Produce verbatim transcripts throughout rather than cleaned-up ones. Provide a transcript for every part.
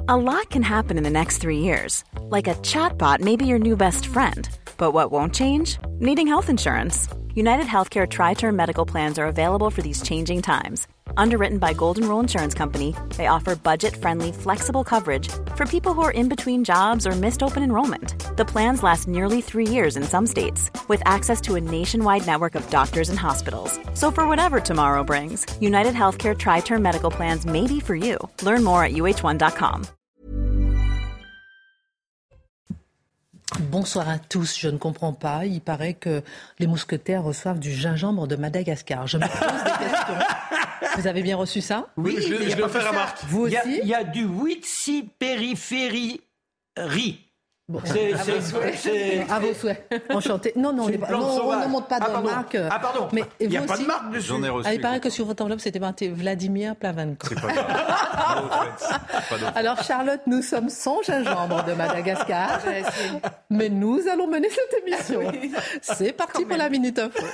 A lot can happen in the next three years. Like a chatbot may be your new best friend. But what won't change? Needing health insurance. United Healthcare Tri-Term Medical Plans are available for these changing times. Underwritten by Golden Rule Insurance Company, they offer budget-friendly, flexible coverage for people who are in between jobs or missed open enrollment. The plans last nearly three years in some states, with access to a nationwide network of doctors and hospitals. So for whatever tomorrow brings, United Healthcare Tri-Term Medical Plans may be for you. Learn more at U H one dot com. Bonsoir à tous. Je ne comprends pas. Il paraît que les mousquetaires reçoivent du gingembre de Madagascar. Je me pose des questions. Vous avez bien reçu ça? Oui, je, je le fais remarque. Vous aussi? Il y a, y a du Witsipériphérie. Bon. C'est, c'est, c'est, c'est, à vos souhaits. Enchanté. Non, non, on, pas, non on ne monte pas de ah, marque. Ah pardon. Mais il n'y a aussi, pas de marque dessus. J'en ai reçu. Ah, il paraît que sur votre enveloppe, c'était marqué Vladimir Plavenko. C'est pas grave. Alors Charlotte, nous sommes sans gingembre de Madagascar. Mais nous allons mener cette émission. Oui. C'est parti pour la Minute Info.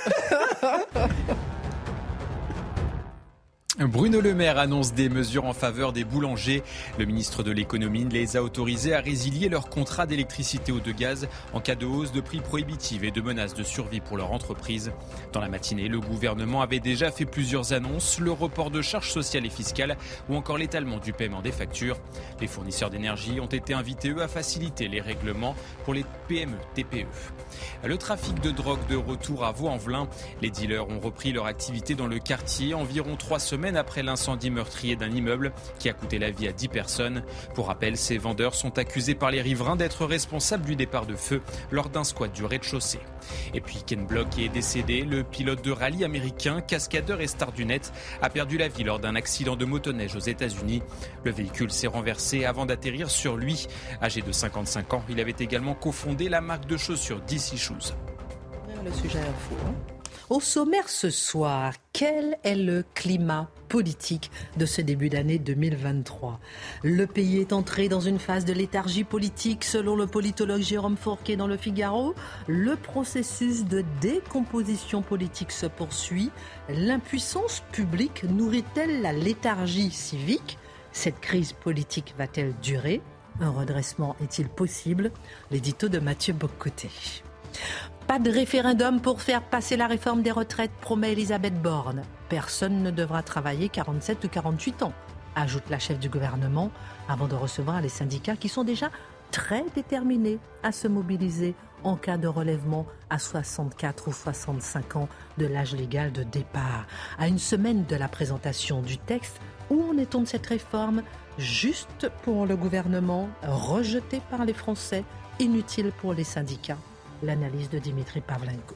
Bruno Le Maire annonce des mesures en faveur des boulangers. Le ministre de l'économie les a autorisés à résilier leur contrat d'électricité ou de gaz en cas de hausse de prix prohibitive et de menaces de survie pour leur entreprise. Dans la matinée, le gouvernement avait déjà fait plusieurs annonces, le report de charges sociales et fiscales ou encore l'étalement du paiement des factures. Les fournisseurs d'énergie ont été invités, eux, à faciliter les règlements pour les P M E, T P E. Le trafic de drogue de retour à Vaux-en-Velin. Les dealers ont repris leur activité dans le quartier environ trois semaines après l'incendie meurtrier d'un immeuble qui a coûté la vie à dix personnes. Pour rappel, ces vendeurs sont accusés par les riverains d'être responsables du départ de feu lors d'un squat du rez-de-chaussée. Et puis Ken Block est décédé. Le pilote de rallye américain, cascadeur et star du net, a perdu la vie lors d'un accident de motoneige aux États-Unis. Le véhicule s'est renversé avant d'atterrir sur lui. Âgé de cinquante-cinq ans, il avait également cofondé la marque de chaussures D C Shoes. Le sujet info. Hein. Au sommaire ce soir, quel est le climat politique de ce début d'année deux mille vingt-trois? Le pays est entré dans une phase de léthargie politique selon le politologue Jérôme Fourquet dans Le Figaro. Le processus de décomposition politique se poursuit. L'impuissance publique nourrit-elle la léthargie civique? Cette crise politique va-t-elle durer? Un redressement est-il possible? L'édito de Mathieu Bock-Côté. Pas de référendum pour faire passer la réforme des retraites, promet Elisabeth Borne. Personne ne devra travailler quarante-sept ou quarante-huit ans, ajoute la chef du gouvernement, avant de recevoir les syndicats qui sont déjà très déterminés à se mobiliser en cas de relèvement à soixante-quatre ou soixante-cinq ans de l'âge légal de départ. À une semaine de la présentation du texte, où en est-on de cette réforme? Juste pour le gouvernement, rejetée par les Français, inutile pour les syndicats. L'analyse de Dimitri Pavlenko.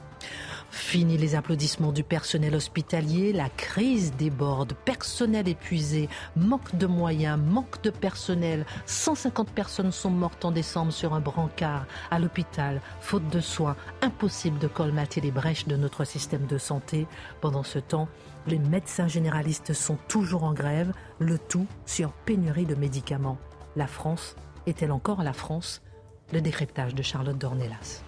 Fini les applaudissements du personnel hospitalier, la crise déborde, personnel épuisé, manque de moyens, manque de personnel. cent cinquante personnes sont mortes en décembre sur un brancard à l'hôpital, faute de soins. Impossible de colmater les brèches de notre système de santé. Pendant ce temps, les médecins généralistes sont toujours en grève, le tout sur pénurie de médicaments. La France est-elle encore la France? Le décryptage de Charlotte Dornelas.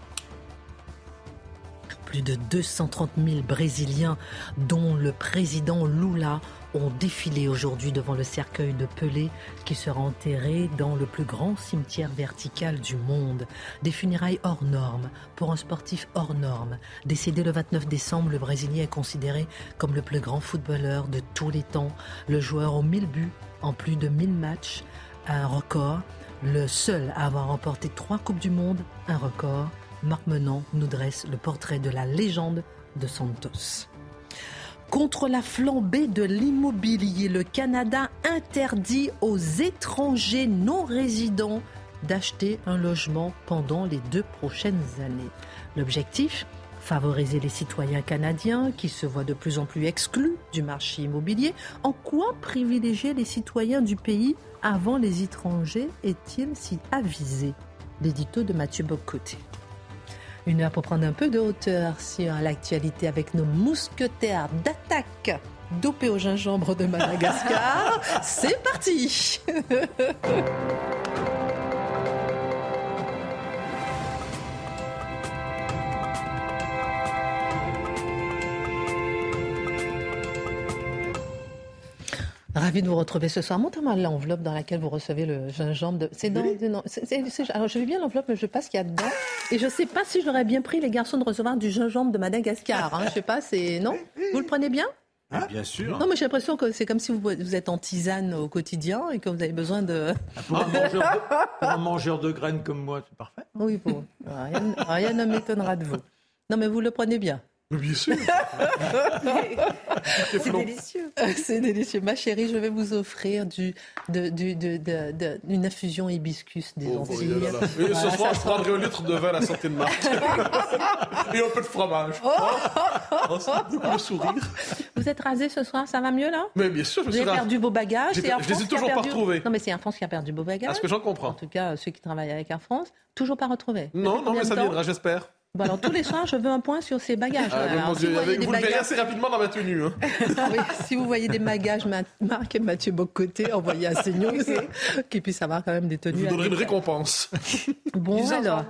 Plus de deux cent trente mille Brésiliens, dont le président Lula, ont défilé aujourd'hui devant le cercueil de Pelé, qui sera enterré dans le plus grand cimetière vertical du monde. Des funérailles hors normes pour un sportif hors normes. Décédé le vingt-neuf décembre, le Brésilien est considéré comme le plus grand footballeur de tous les temps. Le joueur aux mille buts en plus de mille matchs, un record. Le seul à avoir remporté trois Coupes du Monde, un record. Marc Menon nous dresse le portrait de la légende de Santos. Contre la flambée de l'immobilier, le Canada interdit aux étrangers non résidents d'acheter un logement pendant les deux prochaines années. L'objectif ? Favoriser les citoyens canadiens qui se voient de plus en plus exclus du marché immobilier. En quoi privilégier les citoyens du pays avant les étrangers est-il si avisé? L'édito de Mathieu Bock-Côté. Une heure pour prendre un peu de hauteur sur l'actualité avec nos mousquetaires d'attaque dopés au gingembre de Madagascar. C'est parti. Ravi de vous retrouver ce soir. Montrez-moi l'enveloppe dans laquelle vous recevez le gingembre. De... C'est dans... non, c'est, c'est, c'est... Alors, je veux bien l'enveloppe, mais je ne sais pas ce qu'il y a dedans. Et je ne sais pas si j'aurais bien pris, les garçons, de recevoir du gingembre de Madagascar. Hein. Je ne sais pas, c'est... Non ? Vous le prenez bien ? Ah, bien sûr. Non, mais j'ai l'impression que c'est comme si vous, vous êtes en tisane au quotidien et que vous avez besoin de... Pour un mangeur de, pour un mangeur de graines comme moi, c'est parfait. Oui, bon, rien, rien ne m'étonnera de vous. Non, mais vous le prenez bien. Bien sûr. C'est délicieux. C'est délicieux. Ma chérie, je vais vous offrir du, de, du, de, de, de, une infusion hibiscus des Oh, Antilles. bon, là, là. Et ce Voilà, soir, je ça prendrai un litre de vin à la santé de Marc. Et un peu de fromage. Oh, Oh, c'est beaucoup de sourire. vous êtes rasé ce soir, ça va mieux là ? Mais bien sûr, je me Vous suis avez ra- perdu vos bagages. J'ai- C'est Air je les ai France qui a toujours pas perdu- retrouvés. Non, mais c'est Air France qui a perdu vos bagages. À ce que j'en En comprends. tout cas, ceux qui travaillent avec Air France, toujours pas retrouvés. Non, Depuis non, combien mais de ça temps ? viendra, j'espère. Bon, alors tous les soirs, je veux un point sur ces bagages. Ah, Alors, mon si Dieu, vous voyez avec- des vous le verrez bagages- assez rapidement dans ma tenue. Hein. Oui, si vous voyez des bagages Ma- Marc et Mathieu Bocoté, envoyez à CNews, qu'ils puissent avoir quand même des Je tenues. vous donnerai une adéquates. récompense. Bon, alors,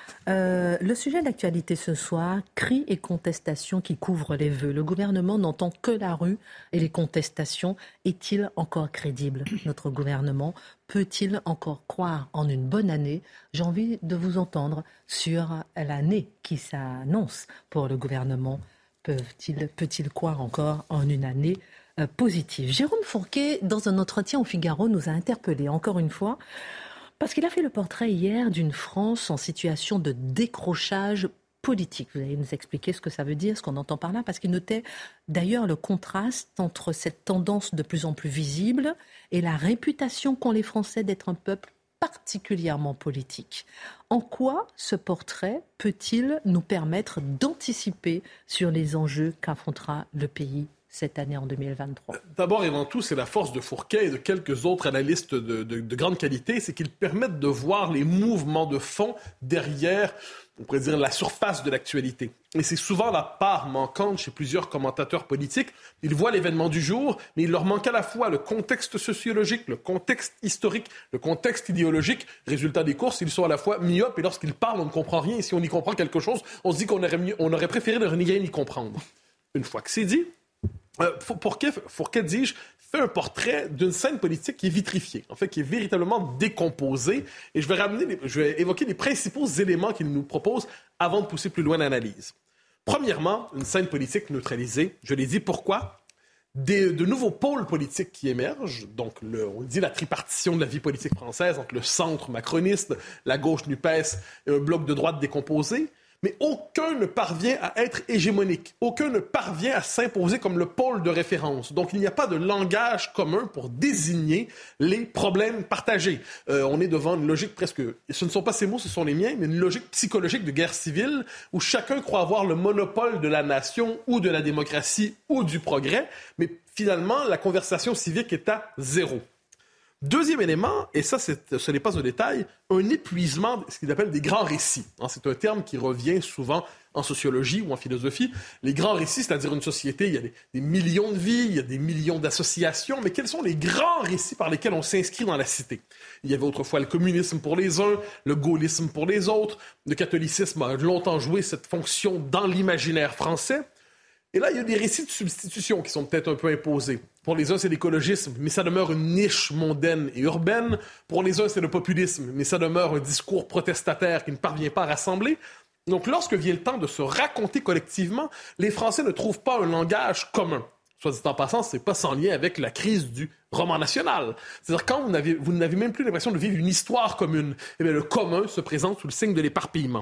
euh, le sujet d'actualité ce soir, cris et contestations qui couvrent les vœux. Le gouvernement n'entend que la rue et les contestations. Est-il encore crédible, notre gouvernement ? Peut-il encore croire en une bonne année ? J'ai envie de vous entendre sur l'année qui s'annonce pour le gouvernement. Peut-il, peut-il croire encore en une année euh, positive ? Jérôme Fourquet, dans un entretien au Figaro, nous a interpellés encore une fois parce qu'il a fait le portrait hier d'une France en situation de décrochage politique. Vous allez nous expliquer ce que ça veut dire, ce qu'on entend par là, parce qu'il notait d'ailleurs le contraste entre cette tendance de plus en plus visible et la réputation qu'ont les Français d'être un peuple particulièrement politique. En quoi ce portrait peut-il nous permettre d'anticiper sur les enjeux qu'affrontera le pays cette année en deux mille vingt-trois ? D'abord et avant tout, c'est la force de Fourquet et de quelques autres analystes de, de, de grande qualité, c'est qu'ils permettent de voir les mouvements de fond derrière, on pourrait dire, la surface de l'actualité. Et c'est souvent la part manquante chez plusieurs commentateurs politiques. Ils voient l'événement du jour, mais il leur manque à la fois le contexte sociologique, le contexte historique, le contexte idéologique. Résultat des courses, ils sont à la fois myopes et lorsqu'ils parlent, on ne comprend rien. Et si on y comprend quelque chose, on se dit qu'on aurait, mieux, on aurait préféré ne rien y comprendre. Une fois que c'est dit, Euh, Fourquet, Fourquet, dis-je, fait un portrait d'une scène politique qui est vitrifiée, en fait, qui est véritablement décomposée. Et je vais, ramener les, je vais évoquer les principaux éléments qu'il nous propose avant de pousser plus loin l'analyse. Premièrement, une scène politique neutralisée. Je l'ai dit, pourquoi ? Des, de nouveaux pôles politiques qui émergent, donc le, on le dit la tripartition de la vie politique française entre le centre macroniste, la gauche NUPES et un bloc de droite décomposé. Mais aucun ne parvient à être hégémonique. Aucun ne parvient à s'imposer comme le pôle de référence. Donc, il n'y a pas de langage commun pour désigner les problèmes partagés. Euh, on est devant une logique presque... Ce ne sont pas ces mots, ce sont les miens, mais une logique psychologique de guerre civile où chacun croit avoir le monopole de la nation ou de la démocratie ou du progrès. Mais finalement, la conversation civique est à zéro. Deuxième élément, et ça, c'est, ce n'est pas un détail, un épuisement de ce qu'ils appellent des grands récits. C'est un terme qui revient souvent en sociologie ou en philosophie. Les grands récits, c'est-à-dire une société, il y a des, des millions de vies, il y a des millions d'associations, mais quels sont les grands récits par lesquels on s'inscrit dans la cité? Il y avait autrefois le communisme pour les uns, le gaullisme pour les autres. Le catholicisme a longtemps joué cette fonction dans l'imaginaire français. Et là, il y a des récits de substitution qui sont peut-être un peu imposés. Pour les uns, c'est l'écologisme, mais ça demeure une niche mondaine et urbaine. Pour les uns, c'est le populisme, mais ça demeure un discours protestataire qui ne parvient pas à rassembler. Donc, lorsque vient le temps de se raconter collectivement, les Français ne trouvent pas un langage commun. Soit dit en passant, c'est pas sans lien avec la crise du roman national. C'est-à-dire, quand vous n'avez, vous n'avez même plus l'impression de vivre une histoire commune, eh bien, le commun se présente sous le signe de l'éparpillement.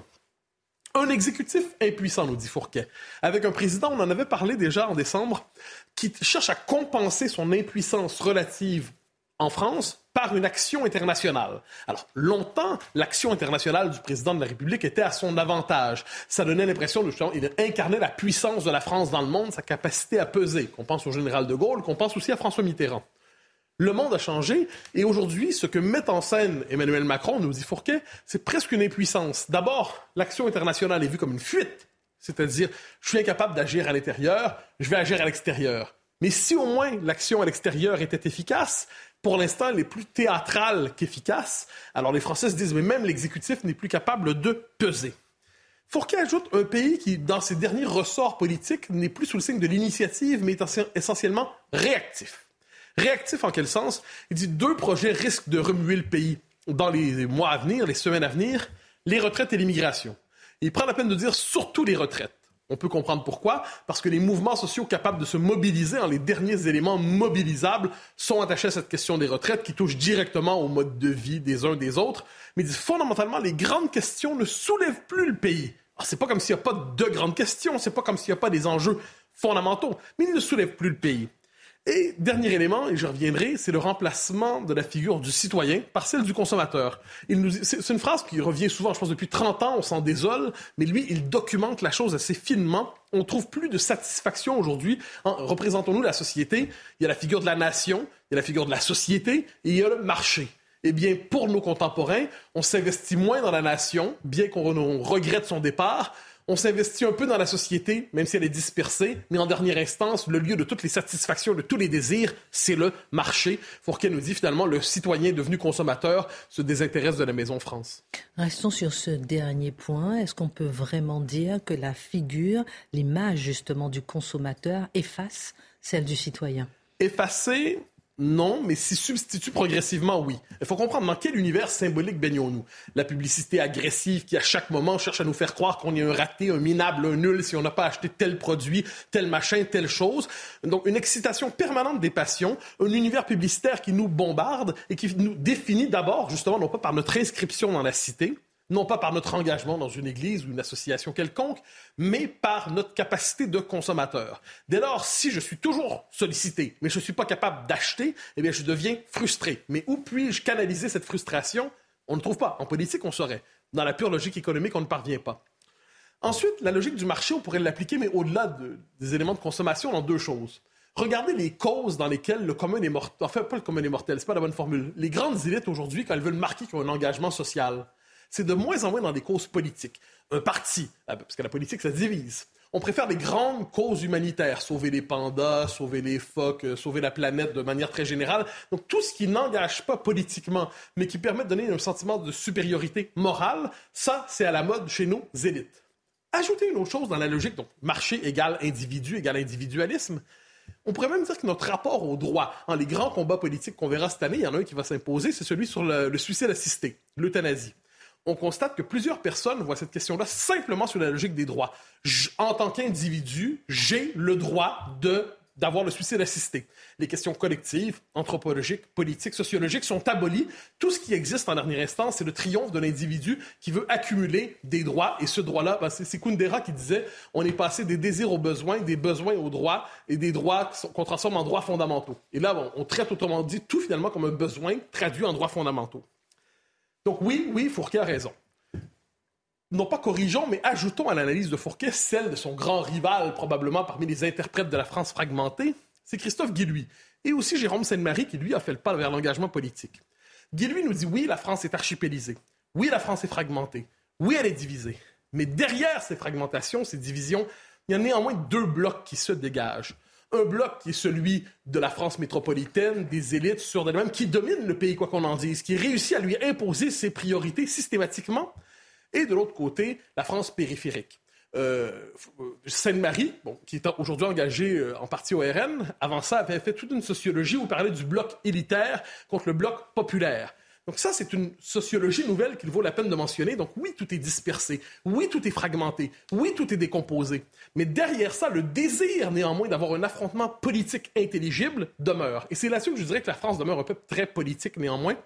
Un exécutif impuissant, nous dit Fourquet, avec un président, on en avait parlé déjà en décembre, qui cherche à compenser son impuissance relative en France par une action internationale. Alors, longtemps, l'action internationale du président de la République était à son avantage. Ça donnait l'impression de, justement, il incarnait la puissance de la France dans le monde, sa capacité à peser. Qu'on pense au général de Gaulle, qu'on pense aussi à François Mitterrand. Le monde a changé et aujourd'hui, ce que met en scène Emmanuel Macron, nous dit Fourquet, c'est presque une impuissance. D'abord, l'action internationale est vue comme une fuite, c'est-à-dire je suis incapable d'agir à l'intérieur, je vais agir à l'extérieur. Mais si au moins l'action à l'extérieur était efficace, pour l'instant, elle est plus théâtrale qu'efficace. Alors les Français se disent, mais même l'exécutif n'est plus capable de peser. Fourquet ajoute un pays qui, dans ses derniers ressorts politiques, n'est plus sous le signe de l'initiative, mais est essentiellement réactif. Réactif en quel sens? Il dit deux projets risquent de remuer le pays dans les mois à venir, les semaines à venir, les retraites et l'immigration. Il prend la peine de dire surtout les retraites. On peut comprendre pourquoi, parce que les mouvements sociaux capables de se mobiliser en les derniers éléments mobilisables sont attachés à cette question des retraites qui touche directement au mode de vie des uns des autres. Mais il dit fondamentalement, les grandes questions ne soulèvent plus le pays. Alors, c'est pas comme s'il n'y a pas de grandes questions, c'est pas comme s'il n'y a pas des enjeux fondamentaux, mais ils ne soulèvent plus le pays. Et dernier élément, et je reviendrai, c'est le remplacement de la figure du citoyen par celle du consommateur. Il nous, c'est, c'est une phrase qui revient souvent, je pense depuis trente ans, on s'en désole, mais lui, il documente la chose assez finement. On trouve plus de satisfaction aujourd'hui. Hein, représentons-nous la société. Il y a la figure de la nation, il y a la figure de la société, et il y a le marché. Eh bien, pour nos contemporains, on s'investit moins dans la nation, bien qu'on on regrette son départ. On s'investit un peu dans la société, même si elle est dispersée, mais en dernière instance, le lieu de toutes les satisfactions, de tous les désirs, c'est le marché. Fourquet nous dit finalement, le citoyen devenu consommateur se désintéresse de la Maison France. Restons sur ce dernier point. Est-ce qu'on peut vraiment dire que la figure, l'image justement du consommateur efface celle du citoyen? Effacer... Non, mais s'y substitue progressivement, oui. Il faut comprendre dans quel univers symbolique baignons-nous. La publicité agressive qui, à chaque moment, cherche à nous faire croire qu'on est un raté, un minable, un nul si on n'a pas acheté tel produit, tel machin, telle chose. Donc, une excitation permanente des passions, un univers publicitaire qui nous bombarde et qui nous définit d'abord, justement, non pas par notre inscription dans la cité, non pas par notre engagement dans une église ou une association quelconque, mais par notre capacité de consommateur. Dès lors, si je suis toujours sollicité, mais je ne suis pas capable d'acheter, eh bien, je deviens frustré. Mais où puis-je canaliser cette frustration? On ne trouve pas. En politique, on saurait. Dans la pure logique économique, on ne parvient pas. Ensuite, la logique du marché, on pourrait l'appliquer, mais au-delà de, des éléments de consommation, dans deux choses. Regardez les causes dans lesquelles le commun est mortel. Enfin, pas le commun est mortel, c'est pas la bonne formule. Les grandes élites, aujourd'hui, quand elles veulent marquer qu'ils ont un engagement social, c'est de moins en moins dans des causes politiques. Un parti, parce que la politique, ça divise. On préfère des grandes causes humanitaires, sauver les pandas, sauver les phoques, sauver la planète de manière très générale. Donc tout ce qui n'engage pas politiquement, mais qui permet de donner un sentiment de supériorité morale, ça, c'est à la mode chez nos élites. Ajoutez une autre chose dans la logique, donc marché égale individu égale individualisme. On pourrait même dire que notre rapport au droit, en les grands combats politiques qu'on verra cette année, il y en a un qui va s'imposer, c'est celui sur le, le suicide assisté, l'euthanasie. On constate que plusieurs personnes voient cette question-là simplement sur la logique des droits. Je, en tant qu'individu, j'ai le droit de, d'avoir le suicide assisté. Les questions collectives, anthropologiques, politiques, sociologiques sont abolies. Tout ce qui existe en dernière instance, c'est le triomphe de l'individu qui veut accumuler des droits. Et ce droit-là, ben c'est, c'est Kundera qui disait on est passé des désirs aux besoins, des besoins aux droits et des droits qu'on transforme en droits fondamentaux. Et là, bon, on traite autrement dit tout finalement comme un besoin traduit en droits fondamentaux. Donc oui, oui, Fourquet a raison. Non pas corrigeons, mais ajoutons à l'analyse de Fourquet celle de son grand rival, probablement parmi les interprètes de la France fragmentée, c'est Christophe Guilluy. Et aussi Jérôme Sainte-Marie, qui lui a fait le pas vers l'engagement politique. Guilluy nous dit oui, la France est archipélisée. Oui, la France est fragmentée. Oui, elle est divisée. Mais derrière ces fragmentations, ces divisions, il y a néanmoins deux blocs qui se dégagent. Un bloc qui est celui de la France métropolitaine, des élites sûres d'elles-mêmes, qui domine le pays, quoi qu'on en dise, qui réussit à lui imposer ses priorités systématiquement. Et de l'autre côté, la France périphérique. Euh, Sainte-Marie, bon, qui est aujourd'hui engagée euh, en partie au R N, avant ça, avait fait toute une sociologie où il parlait du bloc élitaire contre le bloc populaire. Donc ça, c'est une sociologie nouvelle qu'il vaut la peine de mentionner. Donc oui, tout est dispersé. Oui, tout est fragmenté. Oui, tout est décomposé. Mais derrière ça, le désir, néanmoins, d'avoir un affrontement politique intelligible demeure. Et c'est là-dessus que je dirais que la France demeure un peuple très politique, néanmoins.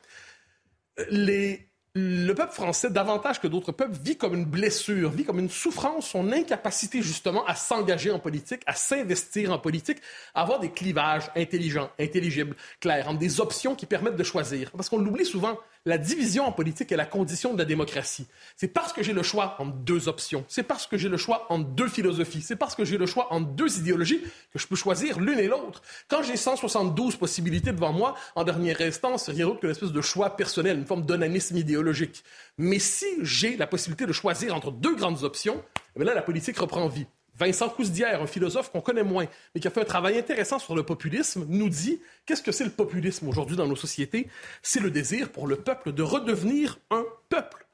Les... Le peuple français, davantage que d'autres peuples, vit comme une blessure, vit comme une souffrance, son incapacité justement à s'engager en politique, à s'investir en politique, à avoir des clivages intelligents, intelligibles, clairs, entre des options qui permettent de choisir. Parce qu'on l'oublie souvent, la division en politique est la condition de la démocratie. C'est parce que j'ai le choix entre deux options, c'est parce que j'ai le choix entre deux philosophies, c'est parce que j'ai le choix entre deux idéologies que je peux choisir l'une et l'autre. Quand j'ai cent soixante-douze possibilités devant moi, en dernière instance, c'est rien d'autre qu'une espèce de choix personnel, une forme d'onanisme idéologique. Mais si j'ai la possibilité de choisir entre deux grandes options, eh bien là, la politique reprend vie. Vincent Cousdière, un philosophe qu'on connaît moins, mais qui a fait un travail intéressant sur le populisme, nous dit qu'est-ce que c'est le populisme aujourd'hui dans nos sociétés? C'est le désir pour le peuple de redevenir un peuple.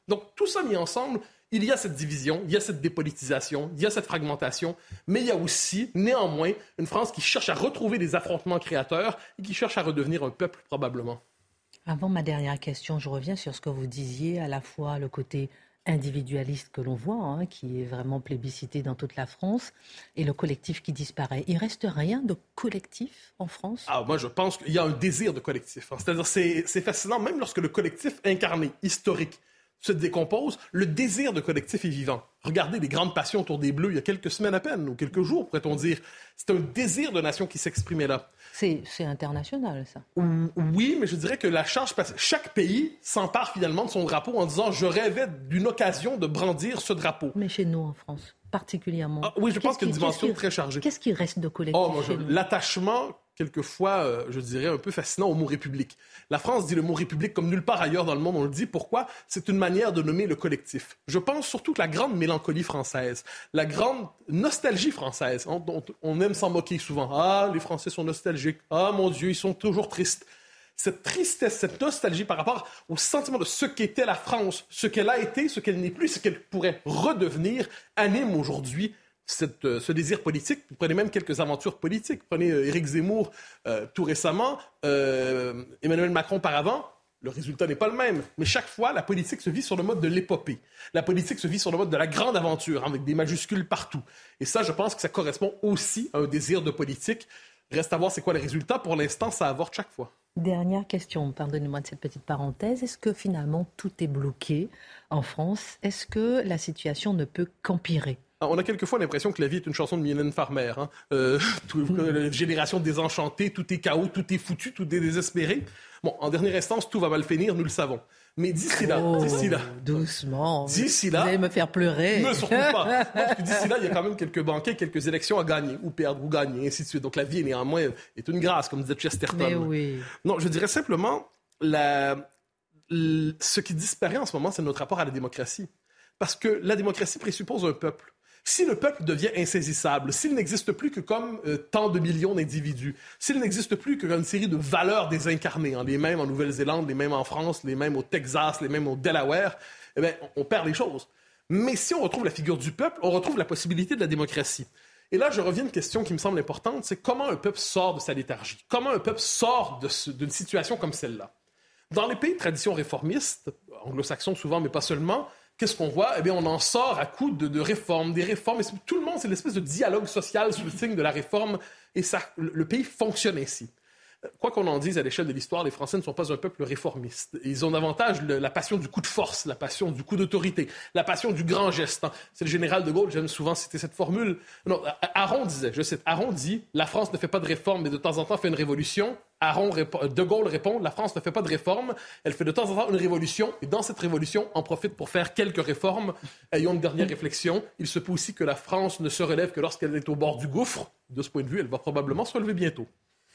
Donc, tout ça mis ensemble, il y a cette division, il y a cette dépolitisation, il y a cette fragmentation, mais il y a aussi, néanmoins, une France qui cherche à retrouver des affrontements créateurs et qui cherche à redevenir un peuple, probablement. Avant ma dernière question, je reviens sur ce que vous disiez, à la fois le côté individualiste que l'on voit, hein, qui est vraiment plébiscité dans toute la France, et le collectif qui disparaît. Il reste rien de collectif en France? Ah, moi, je pense qu'il y a un désir de collectif. Hein. C'est-à-dire, c'est, c'est fascinant, même lorsque le collectif incarné, historique, se décompose, le désir de collectif est vivant. Regardez les grandes passions autour des Bleus il y a quelques semaines à peine, ou quelques jours, pourrait-on dire. C'est un désir de nation qui s'exprimait là. C'est, c'est international, ça. Oui, mais je dirais que la charge... Chaque pays s'empare finalement de son drapeau en disant « je rêvais d'une occasion de brandir ce drapeau ». Mais chez nous, en France, particulièrement. Ah, oui, je pense qu'il y a une dimension très chargée. Qu'est-ce qui reste de collectif oh, moi, je, chez nous? L'attachement, quelquefois, euh, je dirais, un peu fascinant au mot « république ». La France dit le mot « république » comme nulle part ailleurs dans le monde. On le dit. Pourquoi? C'est une manière de nommer le collectif. Je pense surtout que la grande mélancolie française, la grande nostalgie française, hein, dont on aime s'en moquer souvent. « Ah, les Français sont nostalgiques. Ah, mon Dieu, ils sont toujours tristes. » Cette tristesse, cette nostalgie par rapport au sentiment de ce qu'était la France, ce qu'elle a été, ce qu'elle n'est plus, ce qu'elle pourrait redevenir, anime aujourd'hui cette, euh, ce désir politique. Vous prenez même quelques aventures politiques. Prenez euh, Éric Zemmour euh, tout récemment, euh, Emmanuel Macron par avant. Le résultat n'est pas le même. Mais chaque fois, la politique se vit sur le mode de l'épopée. La politique se vit sur le mode de la grande aventure, avec des majuscules partout. Et ça, je pense que ça correspond aussi à un désir de politique. Reste à voir c'est quoi les résultats. Pour l'instant, ça avorte chaque fois. Dernière question, pardonnez-moi de cette petite parenthèse. Est-ce que finalement tout est bloqué en France? Est-ce que la situation ne peut qu'empirer? On a quelquefois l'impression que la vie est une chanson de Mylène Farmer. Hein? Euh, tout, une génération désenchantée, tout est chaos, tout est foutu, tout est désespéré. Bon, en dernière instance, tout va mal finir, nous le savons. Mais d'ici là, oh, d'ici là, doucement. D'ici là, vous allez me faire pleurer. Ne surtout pas. Non, parce que d'ici là, il y a quand même quelques banquets, quelques élections à gagner ou perdre ou gagner, et ainsi de suite. Donc la vie néanmoins est une grâce, comme disait Chesterton. Mais oui. Non, je dirais simplement la, la, ce qui disparaît en ce moment, c'est notre rapport à la démocratie, parce que la démocratie présuppose un peuple. Si le peuple devient insaisissable, s'il n'existe plus que comme euh, tant de millions d'individus, s'il n'existe plus que comme une série de valeurs désincarnées, hein, les mêmes en Nouvelle-Zélande, les mêmes en France, les mêmes au Texas, les mêmes au Delaware, eh bien, on, on perd les choses. Mais si on retrouve la figure du peuple, on retrouve la possibilité de la démocratie. Et là, je reviens à une question qui me semble importante, c'est comment un peuple sort de sa léthargie? Comment un peuple sort de ce, d'une situation comme celle-là? Dans les pays de tradition réformiste, anglo-saxons souvent, mais pas seulement, qu'est-ce qu'on voit? Eh bien, on en sort à coups de, de réformes, des réformes. Et tout le monde, c'est l'espèce de dialogue social sous le signe de la réforme. Et ça, le pays fonctionne ainsi. Quoi qu'on en dise, à l'échelle de l'histoire, les Français ne sont pas un peuple réformiste. Ils ont davantage le, la passion du coup de force, la passion du coup d'autorité, la passion du grand geste. Hein. C'est le général de Gaulle, j'aime souvent citer cette formule. Non, Aron disait, je cite, Aron dit « La France ne fait pas de réforme, mais de temps en temps fait une révolution ». Aron répond, de Gaulle répond « La France ne fait pas de réforme, elle fait de temps en temps une révolution, et dans cette révolution, on profite pour faire quelques réformes. » Ayons une dernière réflexion. Il se peut aussi que la France ne se relève que lorsqu'elle est au bord du gouffre. De ce point de vue, elle va probablement se relever bientôt.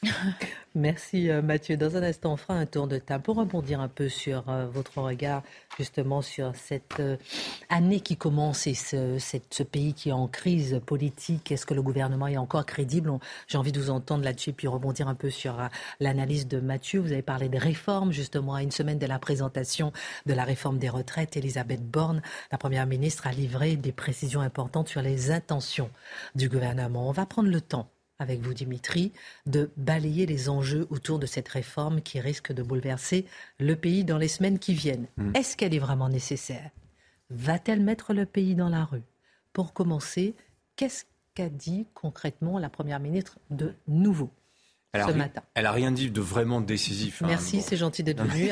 Merci Mathieu. Dans un instant, on fera un tour de table pour rebondir un peu sur euh, votre regard justement sur cette euh, année qui commence et ce, cette, ce pays qui est en crise politique. Est-ce que le gouvernement est encore crédible? On, J'ai envie de vous entendre là-dessus et puis rebondir un peu sur euh, l'analyse de Mathieu. Vous avez parlé des réformes justement à une semaine de la présentation de la réforme des retraites. Elisabeth Borne, la Première ministre, a livré des précisions importantes sur les intentions du gouvernement. On va prendre le temps avec vous, Dimitri, de balayer les enjeux autour de cette réforme qui risque de bouleverser le pays dans les semaines qui viennent. Mmh. Est-ce qu'elle est vraiment nécessaire? Va-t-elle mettre le pays dans la rue? Pour commencer, qu'est-ce qu'a dit concrètement la Première ministre de nouveau elle ce a, matin? Elle n'a rien dit de vraiment décisif. Merci, hein, bon. C'est gentil d'être venu.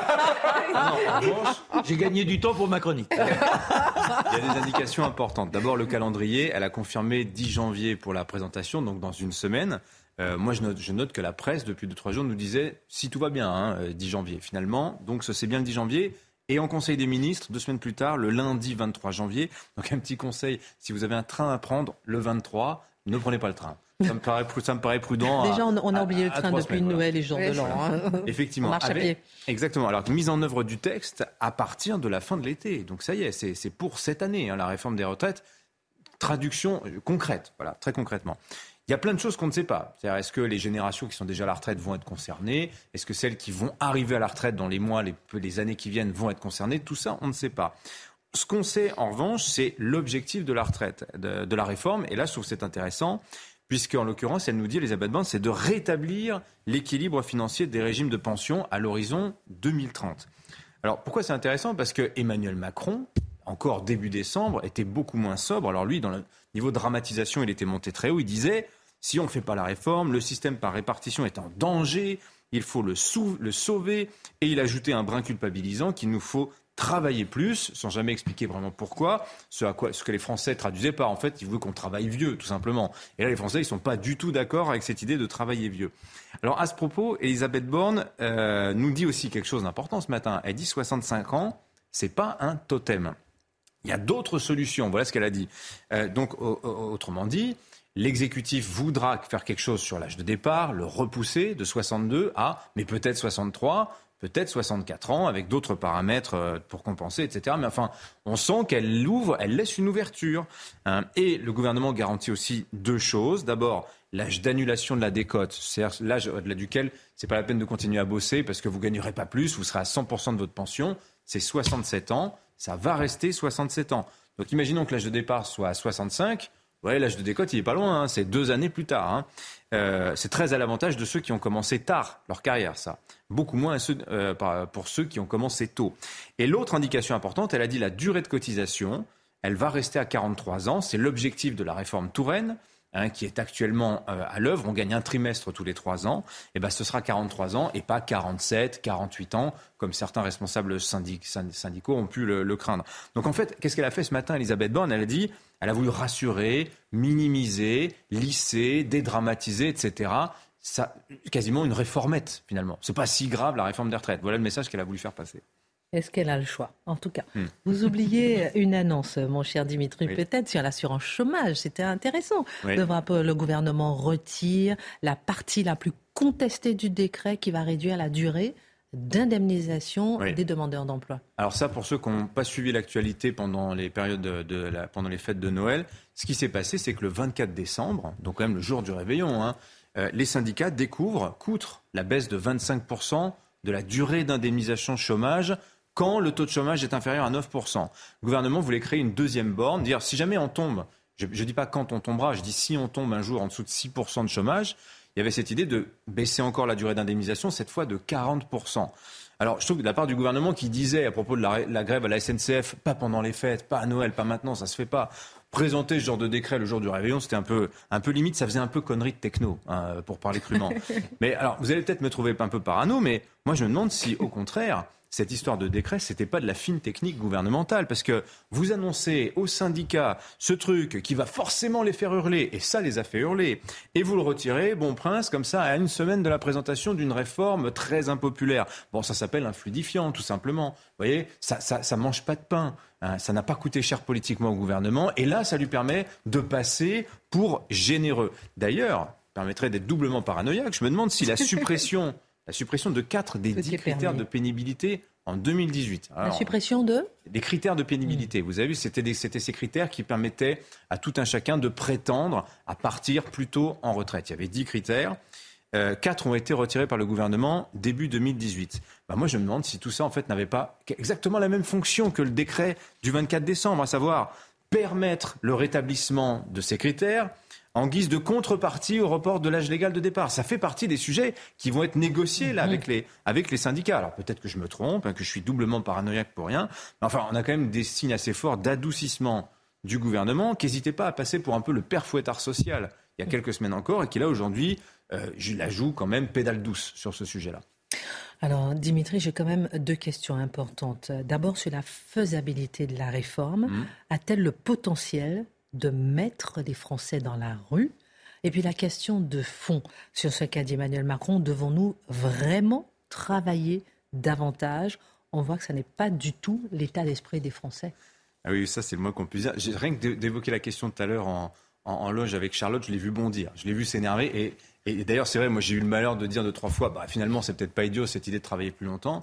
J'ai gagné du temps pour ma chronique. Il y a des indications importantes. D'abord, le calendrier. Elle a confirmé dix janvier pour la présentation, donc dans une semaine. Euh, moi, je note, je note que la presse, depuis deux trois jours, nous disait si tout va bien, hein, dix janvier. Finalement, donc c'est bien le dix janvier. Et en Conseil des ministres, deux semaines plus tard, le lundi vingt-trois janvier. Donc un petit conseil, si vous avez un train à prendre le vingt-trois, ne prenez pas le train. Ça me paraît, ça me paraît prudent. Déjà, on, on a à, oublié le train depuis semaines, Noël et jour voilà. de l'an. Hein. Effectivement. On marche avec, à pied. Exactement. Alors, mise en œuvre du texte à partir de la fin de l'été. Donc, ça y est, c'est, c'est pour cette année, hein, la réforme des retraites. Traduction concrète, voilà, très concrètement. Il y a plein de choses qu'on ne sait pas. C'est-à-dire, est-ce que les générations qui sont déjà à la retraite vont être concernées ? Est-ce que celles qui vont arriver à la retraite dans les mois, les, les années qui viennent vont être concernées ? Tout ça, on ne sait pas. Ce qu'on sait, en revanche, c'est l'objectif de la retraite, de, de la réforme. Et là, je trouve que c'est intéressant, puisque, en l'occurrence, elle nous dit, Elisabeth Borne, c'est de rétablir l'équilibre financier des régimes de pension à l'horizon deux mille trente. Alors, pourquoi c'est intéressant ? Parce que Emmanuel Macron, encore début décembre, était beaucoup moins sobre. Alors lui, dans le niveau de dramatisation, il était monté très haut. Il disait... Si on ne fait pas la réforme, le système par répartition est en danger, il faut le, sou- le sauver. Et il ajoutait un brin culpabilisant qu'il nous faut travailler plus, sans jamais expliquer vraiment pourquoi. Ce, à quoi, ce que les Français traduisaient par, en fait, ils voulaient qu'on travaille vieux, tout simplement. Et là, les Français, ils ne sont pas du tout d'accord avec cette idée de travailler vieux. Alors, à ce propos, Elisabeth Borne euh, nous dit aussi quelque chose d'important ce matin. Elle dit soixante-cinq ans, ce n'est pas un totem. Il y a d'autres solutions. Voilà ce qu'elle a dit. Euh, donc, au, au, autrement dit... L'exécutif voudra faire quelque chose sur l'âge de départ, le repousser de soixante-deux à, mais peut-être soixante-trois, peut-être soixante-quatre ans, avec d'autres paramètres pour compenser, et cetera. Mais enfin, on sent qu'elle ouvre, elle laisse une ouverture. Hein. Et le gouvernement garantit aussi deux choses. D'abord, l'âge d'annulation de la décote, c'est-à-dire l'âge au-delà duquel c'est pas la peine de continuer à bosser parce que vous gagnerez pas plus, vous serez à cent pour cent de votre pension. C'est soixante-sept ans, ça va rester soixante-sept ans. Donc imaginons que l'âge de départ soit à soixante-cinq. Ouais, l'âge de décote, il n'est pas loin, hein, c'est deux années plus tard. Hein. Euh, c'est très à l'avantage de ceux qui ont commencé tard leur carrière, ça. Beaucoup moins à ceux, euh, pour ceux qui ont commencé tôt. Et l'autre indication importante, elle a dit la durée de cotisation, elle va rester à quarante-trois ans. C'est l'objectif de la réforme Touraine, hein, qui est actuellement euh, à l'œuvre. On gagne un trimestre tous les trois ans. Et ben, ce sera quarante-trois ans et pas quarante-sept, quarante-huit ans, comme certains responsables syndic- syndicaux ont pu le, le craindre. Donc en fait, qu'est-ce qu'elle a fait ce matin, Elisabeth Borne ? Elle a dit... Elle a voulu rassurer, minimiser, lisser, dédramatiser, et cetera. Ça, quasiment une réformette, finalement. C'est pas si grave, la réforme des retraites. Voilà le message qu'elle a voulu faire passer. Est-ce qu'elle a le choix ? En tout cas, hmm. vous oubliez une annonce, mon cher Dimitri, oui. peut-être sur l'assurance chômage. C'était intéressant oui. de voir que le gouvernement retire la partie la plus contestée du décret qui va réduire la durée d'indemnisation oui. des demandeurs d'emploi. Alors ça, pour ceux qui n'ont pas suivi l'actualité pendant les périodes de, de la, pendant les fêtes de Noël, ce qui s'est passé, c'est que le vingt-quatre décembre, donc quand même le jour du réveillon, hein, euh, les syndicats découvrent qu'outre la baisse de vingt-cinq pour cent de la durée d'indemnisation chômage, quand le taux de chômage est inférieur à neuf pour cent. Le gouvernement voulait créer une deuxième borne, dire si jamais on tombe, je ne dis pas quand on tombera, je dis si on tombe un jour en dessous de six pour cent de chômage, il y avait cette idée de baisser encore la durée d'indemnisation, cette fois de quarante pour cent. Alors, je trouve que de la part du gouvernement qui disait à propos de la, la grève à la S N C F, pas pendant les fêtes, pas à Noël, pas maintenant, ça se fait pas. Présenter ce genre de décret le jour du réveillon, c'était un peu, un peu limite, ça faisait un peu connerie de techno, hein, pour parler crûment. Mais alors, vous allez peut-être me trouver un peu parano, mais moi je me demande si, au contraire, cette histoire de décret, c'était pas de la fine technique gouvernementale, parce que vous annoncez aux syndicats ce truc qui va forcément les faire hurler, et ça les a fait hurler, et vous le retirez, bon prince, comme ça, à une semaine de la présentation d'une réforme très impopulaire. Bon, ça s'appelle un fluidifiant, tout simplement. Vous voyez, ça, ça, ça mange pas de pain. Hein, ça n'a pas coûté cher politiquement au gouvernement, et là, ça lui permet de passer pour généreux. D'ailleurs, ça permettrait d'être doublement paranoïaque. Je me demande si la suppression... La suppression de quatre des dix critères permis. de pénibilité en deux mille dix-huit. Alors, la suppression de des critères de pénibilité. Mmh. Vous avez vu, c'était, des, c'était ces critères qui permettaient à tout un chacun de prétendre à partir plus tôt en retraite. Il y avait dix critères. Euh, quatre ont été retirés par le gouvernement début deux mille dix-huit. Ben moi, je me demande si tout ça, en fait, n'avait pas exactement la même fonction que le décret du vingt-quatre décembre, à savoir permettre le rétablissement de ces critères en guise de contrepartie au report de l'âge légal de départ. Ça fait partie des sujets qui vont être négociés là, avec, les, avec les syndicats. Alors peut-être que je me trompe, hein, que je suis doublement paranoïaque pour rien, mais enfin, on a quand même des signes assez forts d'adoucissement du gouvernement qui n'hésitait pas à passer pour un peu le père fouettard social il y a quelques semaines encore, et qui là aujourd'hui, euh, je la joue quand même pédale douce sur ce sujet-là. Alors, Dimitri, j'ai quand même deux questions importantes. D'abord, sur la faisabilité de la réforme. Mmh. A-t-elle le potentiel de mettre les Français dans la rue ? Et puis la question de fond sur ce qu'a dit Emmanuel Macron, devons-nous vraiment travailler davantage ? On voit que ce n'est pas du tout l'état d'esprit des Français. Ah oui, ça c'est le moins qu'on puisse dire. J'ai rien que d'évoquer la question tout à l'heure en, en, en loge avec Charlotte, je l'ai vu bondir, je l'ai vu s'énerver. Et, et, et d'ailleurs, c'est vrai, moi j'ai eu le malheur de dire deux, trois fois, bah, finalement c'est peut-être pas idiot cette idée de travailler plus longtemps.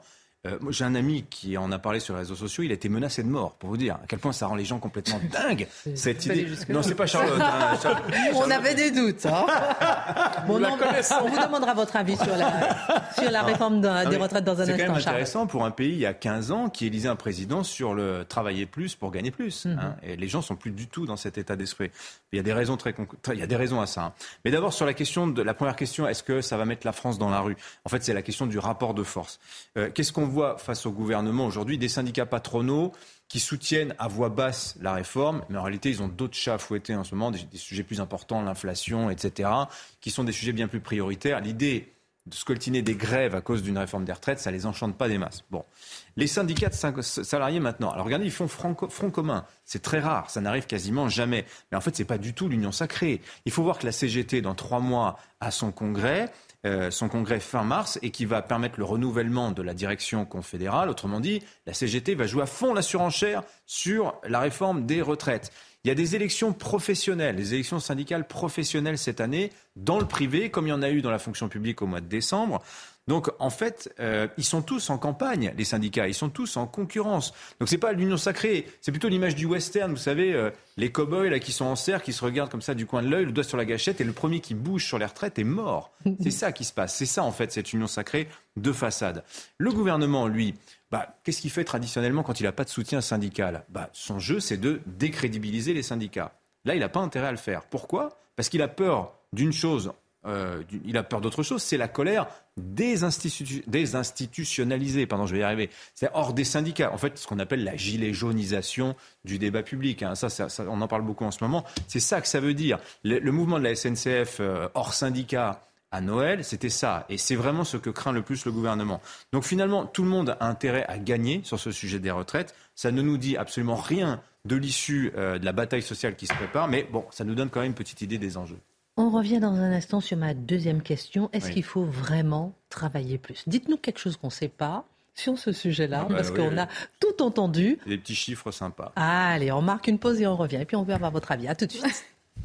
Euh, moi, j'ai un ami qui en a parlé sur les réseaux sociaux, il a été menacé de mort, pour vous dire à quel point ça rend les gens complètement dingues, cette idée. Non, c'est pas Charlotte. Hein, Charlotte. On avait des doutes. Hein. Bon, non, on vous demandera votre avis sur la, sur la réforme de, non, des retraites dans un instant. C'est quand même Charles. intéressant pour un pays, il y a quinze ans, qui élisait un président sur le travailler plus pour gagner plus. Mm-hmm. Hein, et les gens sont plus du tout dans cet état d'esprit. Il y a des raisons, très, très, il y a des raisons à ça. Hein. Mais d'abord, sur la question de la première question, est-ce que ça va mettre la France dans la rue ? En fait, c'est la question du rapport de force. Euh, qu'est-ce qu'on voit face au gouvernement aujourd'hui ? Des syndicats patronaux qui soutiennent à voix basse la réforme, mais en réalité, ils ont d'autres chats à fouetter en ce moment, des, des sujets plus importants, l'inflation, et cetera, qui sont des sujets bien plus prioritaires. L'idée de scoltiner des grèves à cause d'une réforme des retraites, ça les enchante pas des masses. Bon. Les syndicats de salariés maintenant, alors regardez, ils font front, front commun. C'est très rare, ça n'arrive quasiment jamais. Mais en fait, c'est pas du tout l'union sacrée. Il faut voir que la C G T, dans trois mois, a son congrès, euh, son congrès fin mars, et qui va permettre le renouvellement de la direction confédérale. Autrement dit, la C G T va jouer à fond la surenchère sur la réforme des retraites. Il y a des élections professionnelles, des élections syndicales professionnelles cette année, dans le privé, comme il y en a eu dans la fonction publique au mois de décembre. Donc, en fait, euh, ils sont tous en campagne, les syndicats. Ils sont tous en concurrence. Donc, c'est pas l'union sacrée. C'est plutôt l'image du western. Vous savez, euh, les cow-boys, là, qui sont en cercle, qui se regardent comme ça du coin de l'œil, le doigt sur la gâchette, et le premier qui bouge sur les retraites est mort. C'est ça qui se passe. C'est ça, en fait, cette union sacrée de façade. Le gouvernement, lui, bah, qu'est-ce qu'il fait traditionnellement quand il n'a pas de soutien syndical ? Bah, son jeu, c'est de décrédibiliser les syndicats. Là, il n'a pas intérêt à le faire. Pourquoi ? Parce qu'il a peur d'une chose. Euh, il a peur d'autre chose, c'est la colère désinstitu- désinstitutionnalisée, pardon, je vais y arriver. C'est hors des syndicats. En fait, ce qu'on appelle la gilet jaunisation du débat public. Hein. Ça, ça, ça, on en parle beaucoup en ce moment. C'est ça que ça veut dire. Le, le mouvement de la S N C F euh, hors syndicat à Noël, c'était ça. Et c'est vraiment ce que craint le plus le gouvernement. Donc finalement, tout le monde a intérêt à gagner sur ce sujet des retraites. Ça ne nous dit absolument rien de l'issue euh, de la bataille sociale qui se prépare. Mais bon, ça nous donne quand même une petite idée des enjeux. On revient dans un instant sur ma deuxième question. Est-ce oui. qu'il faut vraiment travailler plus ? Dites-nous quelque chose qu'on ne sait pas sur ce sujet-là, bah, parce oui, qu'on oui. a tout entendu. Des petits chiffres sympas. Ah, allez, on marque une pause et on revient. Et puis on veut avoir votre avis. À tout de suite.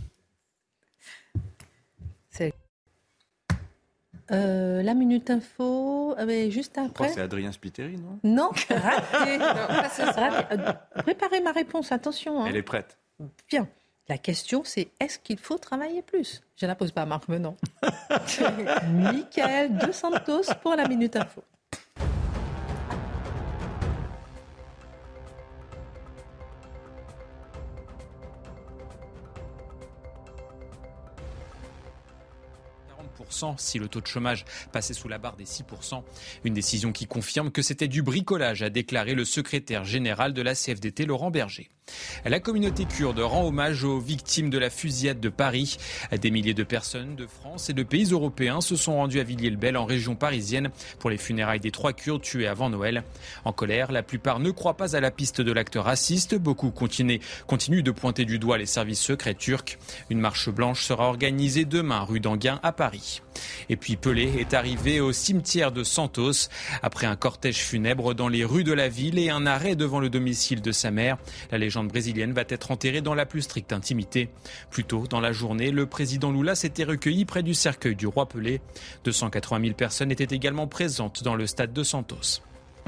C'est... Euh, la Minute Info, euh, juste après. Je crois que c'est Adrien Spiteri, non ? Non, raté. non, raté. Euh, préparez ma réponse, attention. Hein. Elle est prête. Bien. La question, c'est est-ce qu'il faut travailler plus ? Je ne la pose pas à Marc Menon. Michael Dos Santos pour la Minute Info. Si le taux de chômage passait sous la barre des six pour cent. Une décision qui confirme que c'était du bricolage, a déclaré le secrétaire général de la C F D T, Laurent Berger. La communauté kurde rend hommage aux victimes de la fusillade de Paris. Des milliers de personnes de France et de pays européens se sont rendues à Villiers-le-Bel, en région parisienne, pour les funérailles des trois Kurdes tués avant Noël. En colère, la plupart ne croient pas à la piste de l'acte raciste. Beaucoup continuent, continuent de pointer du doigt les services secrets turcs. Une marche blanche sera organisée demain, rue d'Enghien, à Paris. Et puis Pelé est arrivé au cimetière de Santos après un cortège funèbre dans les rues de la ville et un arrêt devant le domicile de sa mère. La légende brésilienne va être enterrée dans la plus stricte intimité. Plus tôt dans la journée, le président Lula s'était recueilli près du cercueil du roi Pelé. deux cent quatre-vingt mille personnes étaient également présentes dans le stade de Santos.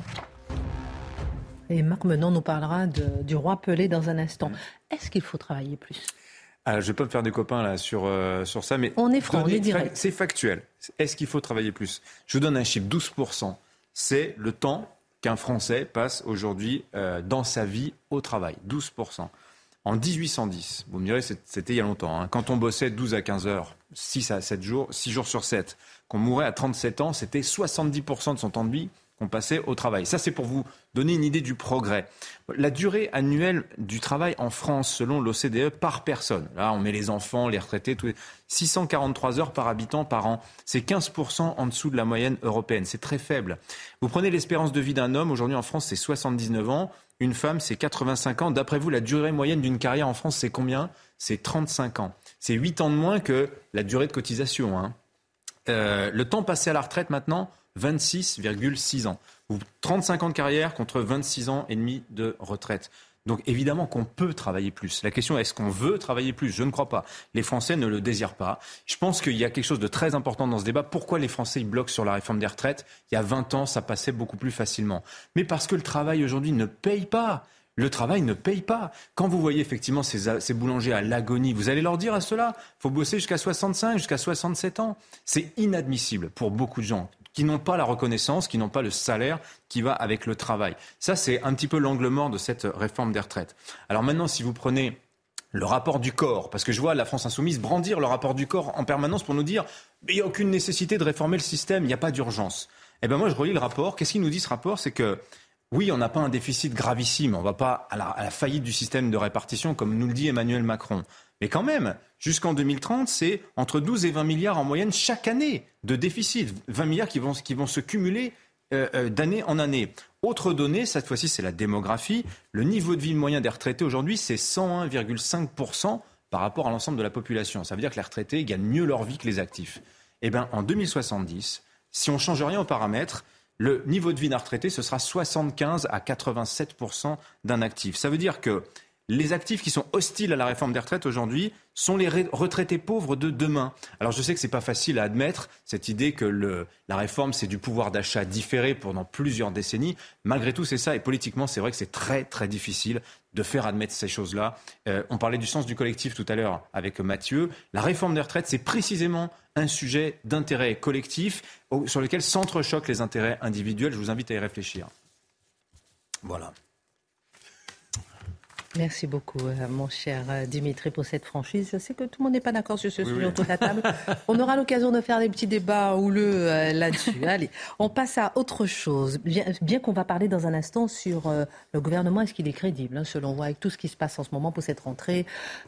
Et Marc Menon nous parlera de, du roi Pelé dans un instant. Est-ce qu'il faut travailler plus ? Alors, je ne vais pas me faire des copains là sur, euh, sur ça, mais on est franc, on est direct. C'est factuel. Est-ce qu'il faut travailler plus ? Je vous donne un chiffre, douze pour cent. C'est le temps qu'un Français passe aujourd'hui euh, dans sa vie au travail, douze pour cent. En dix-huit cent dix, vous me direz, c'était il y a longtemps, hein, quand on bossait douze à quinze heures, six à sept jours, six jours sur sept, qu'on mourait à trente-sept ans, c'était soixante-dix pour cent de son temps de vie qu'on passait au travail. Ça, c'est pour vous donner une idée du progrès. La durée annuelle du travail en France, selon l'O C D E, par personne, là on met les enfants, les retraités, tous les... six cent quarante-trois heures par habitant par an. C'est quinze pour cent en dessous de la moyenne européenne. C'est très faible. Vous prenez l'espérance de vie d'un homme, aujourd'hui en France c'est soixante-dix-neuf ans, une femme c'est quatre-vingt-cinq ans. D'après vous, la durée moyenne d'une carrière en France c'est combien ? C'est trente-cinq ans. C'est huit ans de moins que la durée de cotisation. Hein. Euh, le temps passé à la retraite maintenant, vingt-six virgule six ans. trente-cinq ans de carrière contre vingt-six ans et demi de retraite. Donc évidemment qu'on peut travailler plus. La question est, est-ce qu'on veut travailler plus ? Je ne crois pas. Les Français ne le désirent pas. Je pense qu'il y a quelque chose de très important dans ce débat. Pourquoi les Français ils bloquent sur la réforme des retraites ? Il y a vingt ans, ça passait beaucoup plus facilement. Mais parce que le travail aujourd'hui ne paye pas. Le travail ne paye pas. Quand vous voyez effectivement ces, ces boulangers à l'agonie, vous allez leur dire à ceux-là, il faut bosser jusqu'à soixante-cinq, jusqu'à soixante-sept ans. C'est inadmissible pour beaucoup de gens qui n'ont pas la reconnaissance, qui n'ont pas le salaire qui va avec le travail. Ça, c'est un petit peu l'angle mort de cette réforme des retraites. Alors maintenant, si vous prenez le rapport du corps, parce que je vois la France Insoumise brandir le rapport du corps en permanence pour nous dire « il n'y a aucune nécessité de réformer le système, il n'y a pas d'urgence ». Eh bien moi, je relis le rapport. Qu'est-ce qu'il nous dit ce rapport ? C'est que oui, on n'a pas un déficit gravissime, on ne va pas à la, à la faillite du système de répartition, comme nous le dit Emmanuel Macron. Mais quand même, jusqu'en deux mille trente, c'est entre douze et vingt milliards en moyenne chaque année de déficit. vingt milliards qui vont, qui vont se cumuler euh, euh, d'année en année. Autre donnée, cette fois-ci, c'est la démographie. Le niveau de vie moyen des retraités aujourd'hui, c'est cent un virgule cinq pour cent par rapport à l'ensemble de la population. Ça veut dire que les retraités gagnent mieux leur vie que les actifs. Eh bien, en deux mille soixante-dix, si on ne change rien aux paramètres, le niveau de vie d'un retraité, ce sera soixante-quinze à quatre-vingt-sept pour cent d'un actif. Ça veut dire que les actifs qui sont hostiles à la réforme des retraites aujourd'hui sont les retraités pauvres de demain. Alors je sais que ce n'est pas facile à admettre, cette idée que le, la réforme, c'est du pouvoir d'achat différé pendant plusieurs décennies. Malgré tout, c'est ça. Et politiquement, c'est vrai que c'est très, très difficile de faire admettre ces choses-là. Euh, on parlait du sens du collectif tout à l'heure avec Mathieu. La réforme des retraites, c'est précisément un sujet d'intérêt collectif sur lequel s'entrechoquent les intérêts individuels. Je vous invite à y réfléchir. Voilà. Merci beaucoup, euh, mon cher euh, Dimitri, pour cette franchise. Je sais que tout le monde n'est pas d'accord sur ce oui, sujet oui. autour de la table. On aura l'occasion de faire des petits débats houleux euh, là-dessus. Allez, on passe à autre chose. Bien, bien qu'on va parler dans un instant sur euh, le gouvernement, est-ce qu'il est crédible, hein, selon vous, avec tout ce qui se passe en ce moment pour cette rentrée.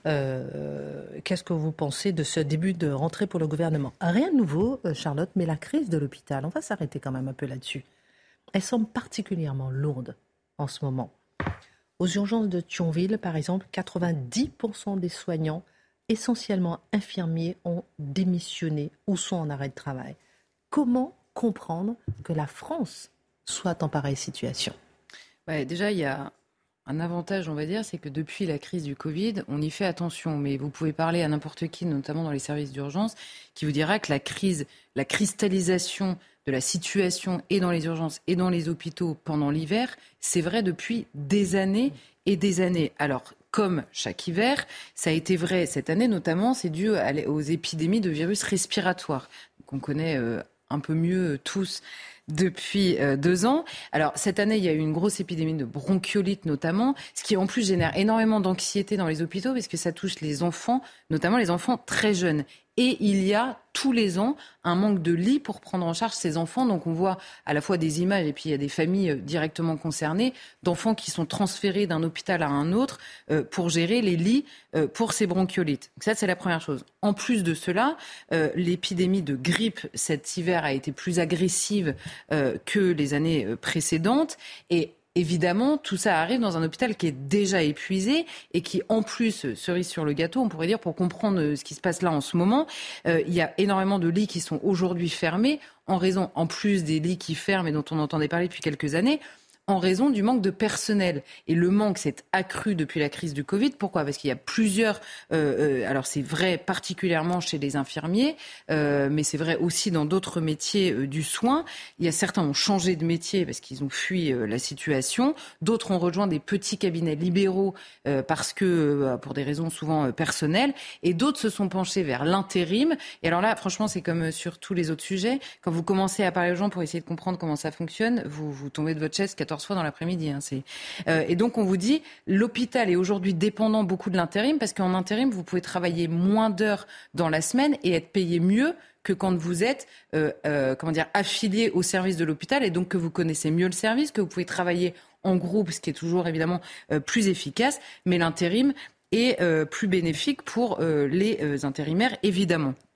Euh, qu'est-ce que vous pensez de ce début de rentrée pour le gouvernement ? Rien de nouveau, euh, Charlotte, mais la crise de l'hôpital, on va s'arrêter quand même un peu là-dessus. Elle semble particulièrement lourde en ce moment. Aux urgences de Thionville, par exemple, quatre-vingt-dix pour cent des soignants, essentiellement infirmiers, ont démissionné ou sont en arrêt de travail. Comment comprendre que la France soit en pareille situation ? Ouais, déjà, il y a un avantage, on va dire, c'est que depuis la crise du Covid, on y fait attention. Mais vous pouvez parler à n'importe qui, notamment dans les services d'urgence, qui vous dira que la crise, la cristallisation de la situation et dans les urgences et dans les hôpitaux pendant l'hiver, c'est vrai depuis des années et des années. Alors, comme chaque hiver, ça a été vrai cette année, notamment, c'est dû aux épidémies de virus respiratoires, qu'on connaît euh, un peu mieux tous depuis euh, deux ans. Alors, cette année, il y a eu une grosse épidémie de bronchiolite, notamment, ce qui, en plus, génère énormément d'anxiété dans les hôpitaux, parce que ça touche les enfants, notamment les enfants très jeunes. Et il y a tous les ans un manque de lits pour prendre en charge ces enfants. Donc on voit à la fois des images et puis il y a des familles directement concernées d'enfants qui sont transférés d'un hôpital à un autre euh, pour gérer les lits euh, pour ces bronchiolites. Donc ça, c'est la première chose. En plus de cela, euh, l'épidémie de grippe cet hiver a été plus agressive euh, que les années précédentes. Et évidemment, tout ça arrive dans un hôpital qui est déjà épuisé et qui, en plus, cerise sur le gâteau, on pourrait dire, pour comprendre ce qui se passe là en ce moment, euh, il y a énormément de lits qui sont aujourd'hui fermés, en raison, en plus des lits qui ferment et dont on entendait parler depuis quelques années, en raison du manque de personnel. Et le manque s'est accru depuis la crise du Covid. Pourquoi ? Parce qu'il y a plusieurs... Euh, euh, alors c'est vrai particulièrement chez les infirmiers, euh, mais c'est vrai aussi dans d'autres métiers euh, du soin. Il y a certains ont changé de métier parce qu'ils ont fui euh, la situation. D'autres ont rejoint des petits cabinets libéraux euh, parce que euh, pour des raisons souvent euh, personnelles. Et d'autres se sont penchés vers l'intérim. Et alors là, franchement, c'est comme sur tous les autres sujets. Quand vous commencez à parler aux gens pour essayer de comprendre comment ça fonctionne, vous, vous tombez de votre chaise quatorze fois dans l'après-midi. Hein, c'est... Euh, et donc, on vous dit, l'hôpital est aujourd'hui dépendant beaucoup de l'intérim parce qu'en intérim, vous pouvez travailler moins d'heures dans la semaine et être payé mieux que quand vous êtes euh, euh, comment dire, affilié au service de l'hôpital et donc que vous connaissez mieux le service, que vous pouvez travailler en groupe, ce qui est toujours évidemment euh, plus efficace. Mais l'intérim est euh, plus bénéfique pour euh, les euh, intérimaires, évidemment.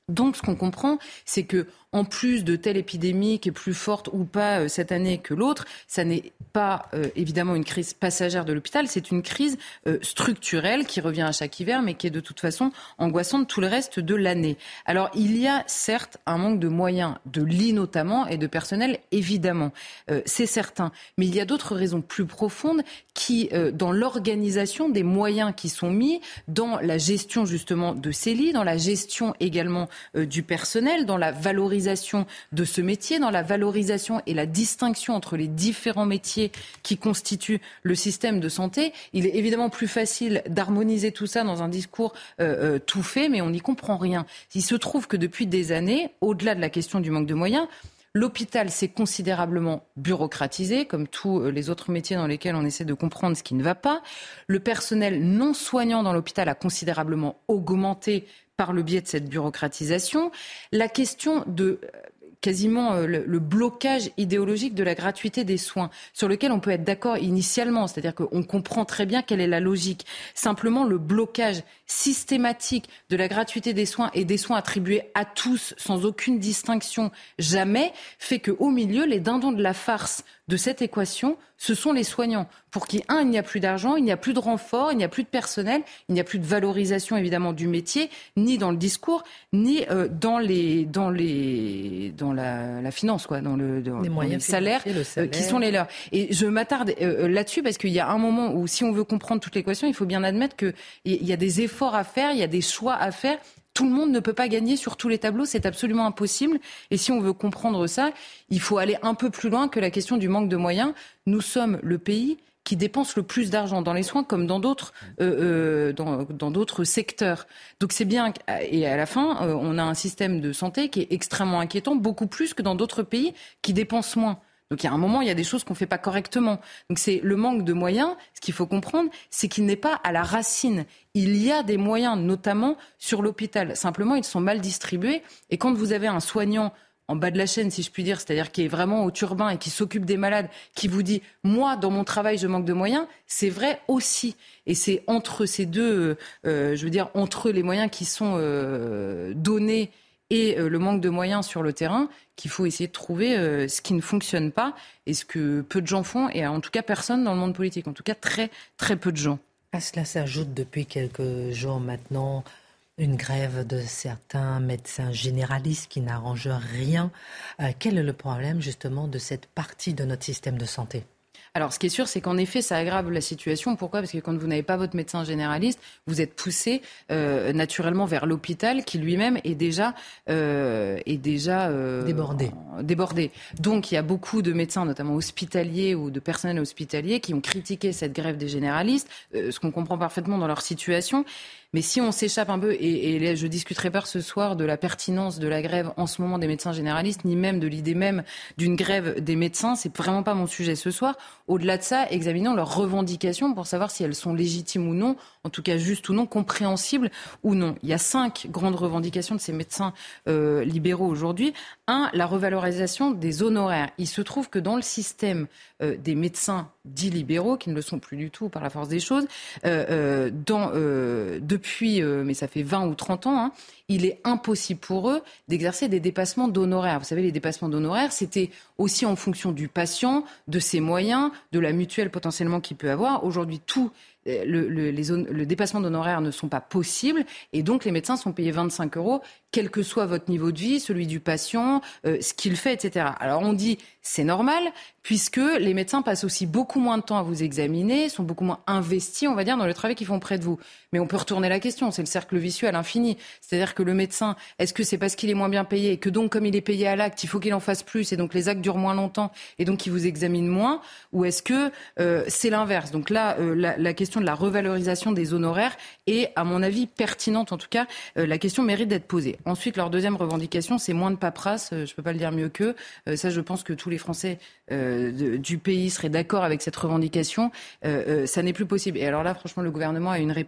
Donc, ce qu'on comprend, c'est que, en plus de telle épidémie qui est plus forte ou pas euh, cette année que l'autre, ça n'est pas euh, évidemment une crise passagère de l'hôpital, c'est une crise euh, structurelle qui revient à chaque hiver, mais qui est de toute façon angoissante tout le reste de l'année. Alors, il y a certes un manque de moyens, de lits notamment, et de personnel évidemment, euh, c'est certain. Mais il y a d'autres raisons plus profondes qui, euh, dans l'organisation des moyens qui sont mis, dans la gestion justement de ces lits, dans la gestion également euh, du personnel, dans la valorisation de ce métier, dans la valorisation et la distinction entre les différents métiers qui constituent le système de santé. Il est évidemment plus facile d'harmoniser tout ça dans un discours euh, euh, tout fait, mais on n'y comprend rien. Il se trouve que depuis des années, au-delà de la question du manque de moyens, l'hôpital s'est considérablement bureaucratisé, comme tous les autres métiers dans lesquels on essaie de comprendre ce qui ne va pas. Le personnel non soignant dans l'hôpital a considérablement augmenté par le biais de cette bureaucratisation. La question de quasiment le, le blocage idéologique de la gratuité des soins, sur lequel on peut être d'accord initialement, c'est-à-dire qu'on comprend très bien quelle est la logique. Simplement, le blocage systématique de la gratuité des soins et des soins attribués à tous, sans aucune distinction, jamais, fait qu'au milieu, les dindons de la farce de cette équation, ce sont les soignants. Pour qui, un, il n'y a plus d'argent, il n'y a plus de renfort, il n'y a plus de personnel, il n'y a plus de valorisation évidemment du métier, ni dans le discours, ni euh, dans les dans les dans la, la finance, quoi, dans le dans, les, dans les salaires le salaire. euh, qui sont les leurs. Et je m'attarde euh, là-dessus parce qu'il y a un moment où, si on veut comprendre toute l'équation, il faut bien admettre que il y a des efforts à faire, il y a des choix à faire. Tout le monde ne peut pas gagner sur tous les tableaux, c'est absolument impossible. Et si on veut comprendre ça, il faut aller un peu plus loin que la question du manque de moyens. Nous sommes le pays qui dépense le plus d'argent dans les soins comme dans d'autres, euh, euh, dans, dans d'autres secteurs. Donc c'est bien, et à la fin, euh, on a un système de santé qui est extrêmement inquiétant, beaucoup plus que dans d'autres pays qui dépensent moins. Donc il y a un moment, il y a des choses qu'on ne fait pas correctement. Donc c'est le manque de moyens. Ce qu'il faut comprendre, c'est qu'il n'est pas à la racine. Il y a des moyens, notamment sur l'hôpital. Simplement, ils sont mal distribués. Et quand vous avez un soignant en bas de la chaîne, si je puis dire, c'est-à-dire qui est vraiment au turbin et qui s'occupe des malades, qui vous dit « moi, dans mon travail, je manque de moyens », c'est vrai aussi. Et c'est entre ces deux, euh, je veux dire, entre les moyens qui sont euh, donnés et euh, le manque de moyens sur le terrain, qu'il faut essayer de trouver euh, ce qui ne fonctionne pas et ce que peu de gens font, et en tout cas personne dans le monde politique, en tout cas très très peu de gens. À cela s'ajoute depuis quelques jours maintenant une grève de certains médecins généralistes qui n'arrange rien. Euh, quel est le problème justement de cette partie de notre système de santé ? Alors, ce qui est sûr, c'est qu'en effet, ça aggrave la situation. Pourquoi ? Parce que quand vous n'avez pas votre médecin généraliste, vous êtes poussé euh, naturellement vers l'hôpital qui lui-même est déjà, euh, est déjà euh, débordé. débordé. Donc, il y a beaucoup de médecins, notamment hospitaliers ou de personnel hospitalier, qui ont critiqué cette grève des généralistes, euh, ce qu'on comprend parfaitement dans leur situation. Mais si on s'échappe un peu, et, et je ne discuterai pas ce soir de la pertinence de la grève en ce moment des médecins généralistes, ni même de l'idée même d'une grève des médecins, c'est vraiment pas mon sujet ce soir. Au-delà de ça, examinons leurs revendications pour savoir si elles sont légitimes ou non, en tout cas justes ou non, compréhensibles ou non. Il y a cinq grandes revendications de ces médecins euh, libéraux aujourd'hui. Un, la revalorisation des honoraires. Il se trouve que dans le système euh, des médecins dits libéraux, qui ne le sont plus du tout par la force des choses, euh, euh, dans, euh, depuis, euh, mais ça fait vingt ou trente ans, hein, il est impossible pour eux d'exercer des dépassements d'honoraires. Vous savez, les dépassements d'honoraires, c'était aussi en fonction du patient, de ses moyens, de la mutuelle potentiellement qu'il peut avoir. Aujourd'hui, tout le, le, les zones, le dépassement d'honoraires ne sont pas possibles et donc les médecins sont payés vingt-cinq euros, quel que soit votre niveau de vie, celui du patient, euh, ce qu'il fait, et cetera. Alors on dit c'est normal puisque les médecins passent aussi beaucoup moins de temps à vous examiner, sont beaucoup moins investis, on va dire, dans le travail qu'ils font près de vous. Mais on peut retourner la question, c'est le cercle vicieux à l'infini. C'est-à-dire que le médecin, est-ce que c'est parce qu'il est moins bien payé et que donc comme il est payé à l'acte, il faut qu'il en fasse plus et donc les actes durent moins longtemps et donc il vous examine moins, ou est-ce que euh, c'est l'inverse ? Donc là, euh, la, la question de la revalorisation des honoraires est, à mon avis, pertinente. En tout cas, euh, la question mérite d'être posée. Ensuite, leur deuxième revendication, c'est moins de paperasse. Euh, je ne peux pas le dire mieux qu'eux. Euh, ça, je pense que tous les Français euh, de, du pays seraient d'accord avec cette revendication. Euh, euh, ça n'est plus possible. Et alors là, franchement, le gouvernement a une réponse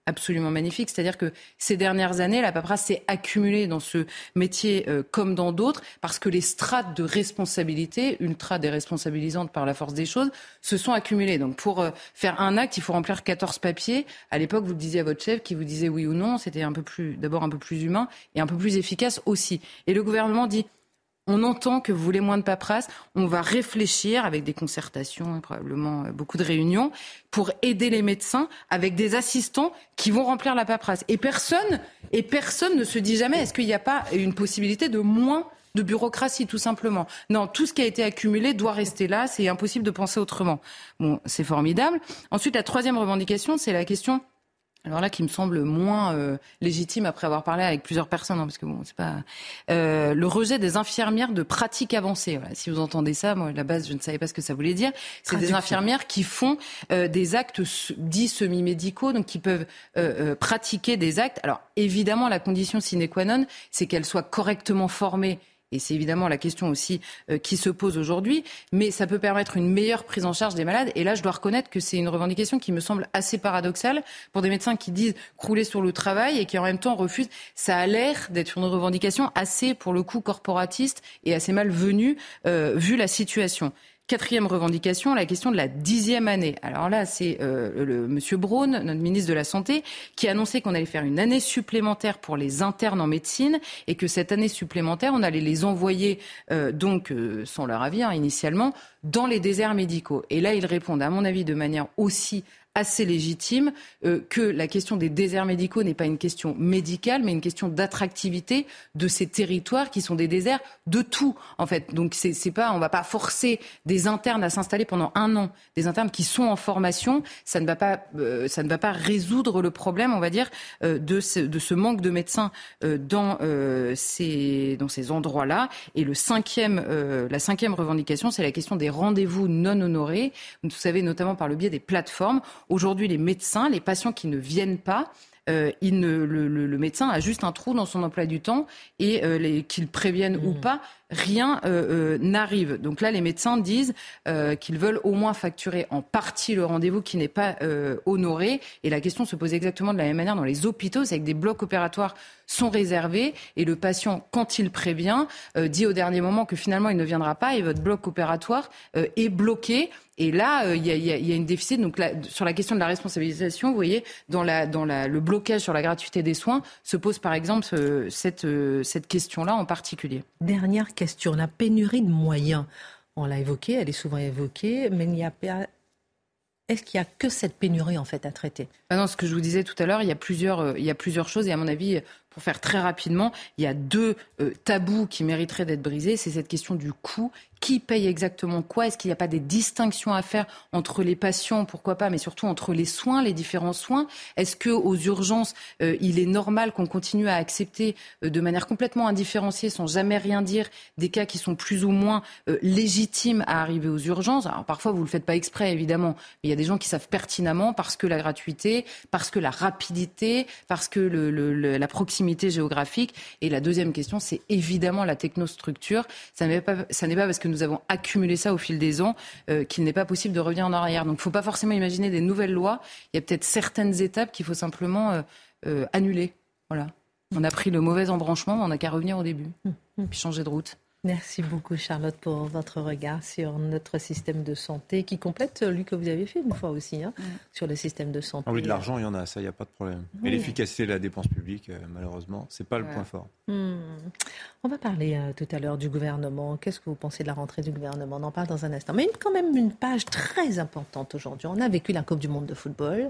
absolument magnifique. C'est-à-dire que ces dernières années, la paperasse s'est accumulée dans ce métier euh, comme dans d'autres parce que les strates de responsabilité, ultra déresponsabilisantes par la force des choses, se sont accumulées. Donc pour euh, faire un acte, il faut remplir quatorze papiers. À l'époque, vous le disiez à votre chef qui vous disait oui ou non. C'était un peu plus, d'abord un peu plus humain et un peu plus efficace aussi. Et le gouvernement dit... On entend que vous voulez moins de paperasse. On va réfléchir avec des concertations, probablement beaucoup de réunions, pour aider les médecins avec des assistants qui vont remplir la paperasse. Et personne, et personne ne se dit jamais, est-ce qu'il n'y a pas une possibilité de moins de bureaucratie, tout simplement? Non, tout ce qui a été accumulé doit rester là. C'est impossible de penser autrement. Bon, c'est formidable. Ensuite, la troisième revendication, c'est la question... Alors là, qui me semble moins euh, légitime après avoir parlé avec plusieurs personnes, hein, parce que bon, c'est pas euh, le rejet des infirmières de pratique avancée. Voilà, si vous entendez ça, moi, à la base, je ne savais pas ce que ça voulait dire. C'est Traduction. Des infirmières qui font euh, des actes dits semi-médicaux, donc qui peuvent euh, euh, pratiquer des actes. Alors évidemment, la condition sine qua non, c'est qu'elles soient correctement formées. Et c'est évidemment la question aussi euh, qui se pose aujourd'hui. Mais ça peut permettre une meilleure prise en charge des malades. Et là, je dois reconnaître que c'est une revendication qui me semble assez paradoxale pour des médecins qui disent crouler sur le travail et qui en même temps refusent. Ça a l'air d'être une revendication assez, pour le coup, corporatiste et assez malvenue euh, vu la situation. Quatrième revendication, la question de la dixième année. Alors là, c'est euh, le Monsieur Braun, notre ministre de la Santé, qui a annoncé qu'on allait faire une année supplémentaire pour les internes en médecine et que cette année supplémentaire, on allait les envoyer, euh, donc euh, sans leur avis hein, initialement, dans les déserts médicaux. Et là, ils répondent, à mon avis, de manière aussi assez légitime euh, que la question des déserts médicaux n'est pas une question médicale, mais une question d'attractivité de ces territoires qui sont des déserts de tout, en fait. Donc, c'est, c'est pas, on va pas forcer des internes à s'installer pendant un an. Des internes qui sont en formation, ça ne va pas, euh, ça ne va pas résoudre le problème, on va dire, euh, de, ce, de ce manque de médecins euh, dans, euh, ces, dans ces endroits-là. Et le cinquième, euh, la cinquième revendication, c'est la question des rendez-vous non honorés. Vous savez, notamment par le biais des plateformes. Aujourd'hui, les médecins, les patients qui ne viennent pas, euh, il ne, le, le, le médecin a juste un trou dans son emploi du temps et euh, les, qu'ils préviennent mmh. ou pas, rien euh, euh, n'arrive. Donc là, les médecins disent euh, qu'ils veulent au moins facturer en partie le rendez-vous qui n'est pas euh, honoré. Et la question se pose exactement de la même manière dans les hôpitaux, c'est que des blocs opératoires sont réservés et le patient, quand il prévient, euh, dit au dernier moment que finalement il ne viendra pas et votre bloc opératoire euh, est bloqué. Et là, il euh, y, y, y a une déficit. Donc là, sur la question de la responsabilisation, vous voyez, dans, la, dans la, le blocage sur la gratuité des soins, se pose par exemple euh, cette, euh, cette question-là en particulier. Dernière question, la pénurie de moyens. On l'a évoquée, elle est souvent évoquée, mais il n'y a pas... Est-ce qu'il n'y a que cette pénurie en fait à traiter ? Ah non, ce que je vous disais tout à l'heure, il y a plusieurs, euh, il y a plusieurs choses et à mon avis, pour faire très rapidement, il y a deux euh, tabous qui mériteraient d'être brisés. C'est cette question du coût. Qui paye exactement quoi ? Est-ce qu'il n'y a pas des distinctions à faire entre les patients, pourquoi pas, mais surtout entre les soins, les différents soins ? Est-ce qu'aux urgences, euh, il est normal qu'on continue à accepter euh, de manière complètement indifférenciée, sans jamais rien dire, des cas qui sont plus ou moins euh, légitimes à arriver aux urgences ? Alors parfois, vous ne le faites pas exprès, évidemment, mais il y a des gens qui savent pertinemment parce que la gratuité, parce que la rapidité, parce que le, le, le, la proximité géographique. Et la deuxième question, c'est évidemment la technostructure. Ça n'est pas, ça n'est pas parce que nous avons accumulé ça au fil des ans euh, qu'il n'est pas possible de revenir en arrière. Donc il ne faut pas forcément imaginer des nouvelles lois. Il y a peut-être certaines étapes qu'il faut simplement euh, euh, annuler. Voilà. On a pris le mauvais embranchement, mais on n'a qu'à revenir au début. Mmh. Puis changer de route. Merci beaucoup Charlotte pour votre regard sur notre système de santé qui complète celui que vous avez fait une fois aussi hein, mmh. sur le système de santé. Ah oui, de l'argent, il y en a, ça, il n'y a pas de problème. Oui. Et l'efficacité de la dépense publique, euh, malheureusement, ce n'est pas ouais. le point fort. Mmh. On va parler euh, tout à l'heure du gouvernement. Qu'est-ce que vous pensez de la rentrée du gouvernement ? On en parle dans un instant. Mais quand même une page très importante aujourd'hui. On a vécu la Coupe du Monde de football.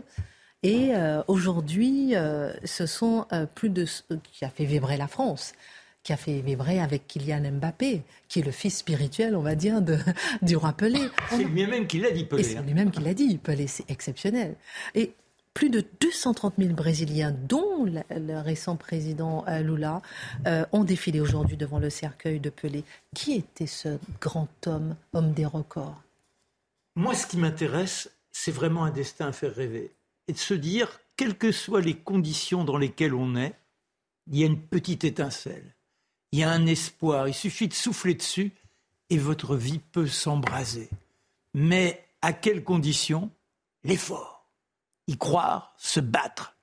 Et euh, aujourd'hui, euh, ce sont euh, plus de... Euh, qui a fait vibrer la France. Qui a fait vibrer avec Kylian Mbappé, qui est le fils spirituel, on va dire, de, du roi Pelé. C'est lui-même qui l'a dit, Pelé. Et c'est lui-même qui l'a dit, Pelé, c'est exceptionnel. Et plus de deux cent trente mille Brésiliens, dont le, le récent président euh, Lula, euh, ont défilé aujourd'hui devant le cercueil de Pelé. Qui était ce grand homme, homme des records ? Moi, ce qui m'intéresse, c'est vraiment un destin à faire rêver. Et de se dire, quelles que soient les conditions dans lesquelles on est, il y a une petite étincelle. Il y a un espoir, il suffit de souffler dessus et votre vie peut s'embraser. Mais à quelles conditions ? L'effort. Y croire, se battre,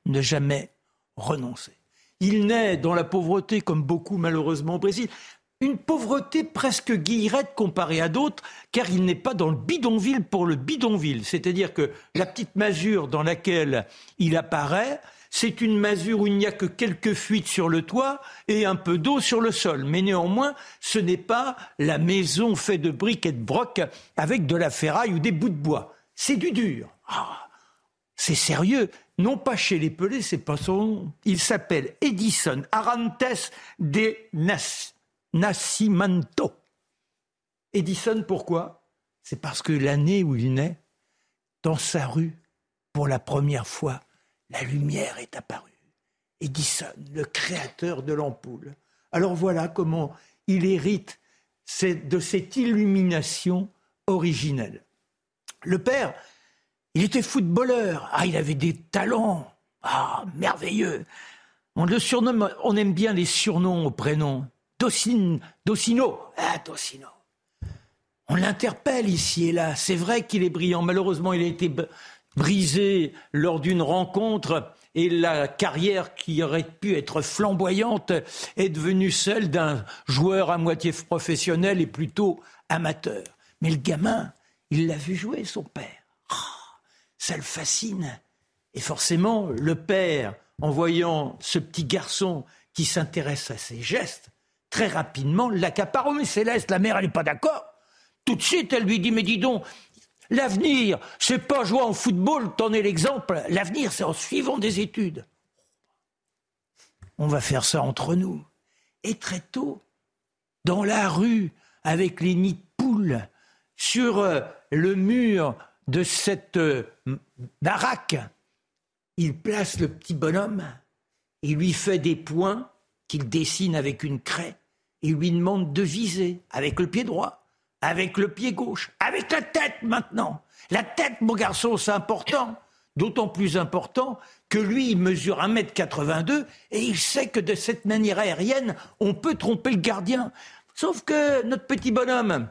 ne jamais renoncer. Il naît dans la pauvreté, comme beaucoup malheureusement au Brésil. Une pauvreté presque guillerette comparée à d'autres, car il n'est pas dans le bidonville pour le bidonville. C'est-à-dire que la petite masure dans laquelle il apparaît, c'est une masure où il n'y a que quelques fuites sur le toit et un peu d'eau sur le sol. Mais néanmoins, ce n'est pas la maison faite de briques et de brocs avec de la ferraille ou des bouts de bois. C'est du dur. Ah, c'est sérieux. Non pas chez les Pelés, c'est pas son nom. Il s'appelle Edison Arantes de Nas. Nascimento. Edison, pourquoi ? C'est parce que l'année où il naît, dans sa rue, pour la première fois, la lumière est apparue. Edison, le créateur de l'ampoule. Alors voilà comment il hérite de cette illumination originelle. Le père, il était footballeur. Ah, il avait des talents. Ah, merveilleux. On le surnomme, on aime bien les surnoms au prénom. Docine, Docino. Ah, Docino. On l'interpelle ici et là. C'est vrai qu'il est brillant. Malheureusement, il a été b- brisé lors d'une rencontre et la carrière qui aurait pu être flamboyante est devenue celle d'un joueur à moitié professionnel et plutôt amateur. Mais le gamin, il l'a vu jouer, son père. Oh, ça le fascine. Et forcément, le père, en voyant ce petit garçon qui s'intéresse à ses gestes, très rapidement, l'accapare. Oh, mais Céleste, la mère, elle n'est pas d'accord. Tout de suite, elle lui dit, mais dis donc, l'avenir, c'est pas jouer en football, t'en es l'exemple. L'avenir, c'est en suivant des études. On va faire ça entre nous. Et très tôt, dans la rue, avec les nids de poules, sur euh, le mur de cette euh, baraque, il place le petit bonhomme, il lui fait des points qu'il dessine avec une craie. Il lui demande de viser avec le pied droit, avec le pied gauche, avec la tête maintenant. La tête, mon garçon, c'est important. D'autant plus important que lui, il mesure un mètre quatre-vingt-deux et il sait que de cette manière aérienne, on peut tromper le gardien. Sauf que notre petit bonhomme,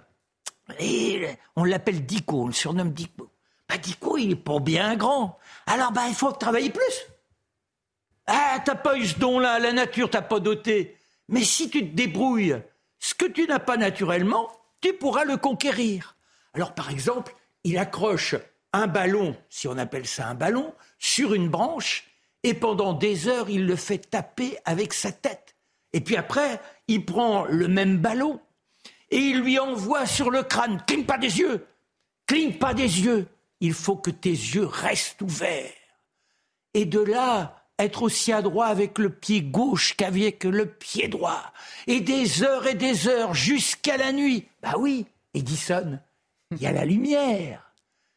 on l'appelle Dico, on le surnomme Dico. Bah, Dico, il est pas bien grand. Alors, bah, il faut travailler plus. Ah, t'as pas eu ce don-là, la nature t'a pas doté. Mais si tu te débrouilles, ce que tu n'as pas naturellement, tu pourras le conquérir. Alors, par exemple, il accroche un ballon, si on appelle ça un ballon, sur une branche, et pendant des heures, il le fait taper avec sa tête. Et puis après, il prend le même ballon, et il lui envoie sur le crâne. Cligne pas des yeux, cligne pas des yeux. Il faut que tes yeux restent ouverts. Et de là, être aussi adroit avec le pied gauche qu'avec le pied droit. Et des heures et des heures jusqu'à la nuit. Bah oui, Edison, il y a la lumière.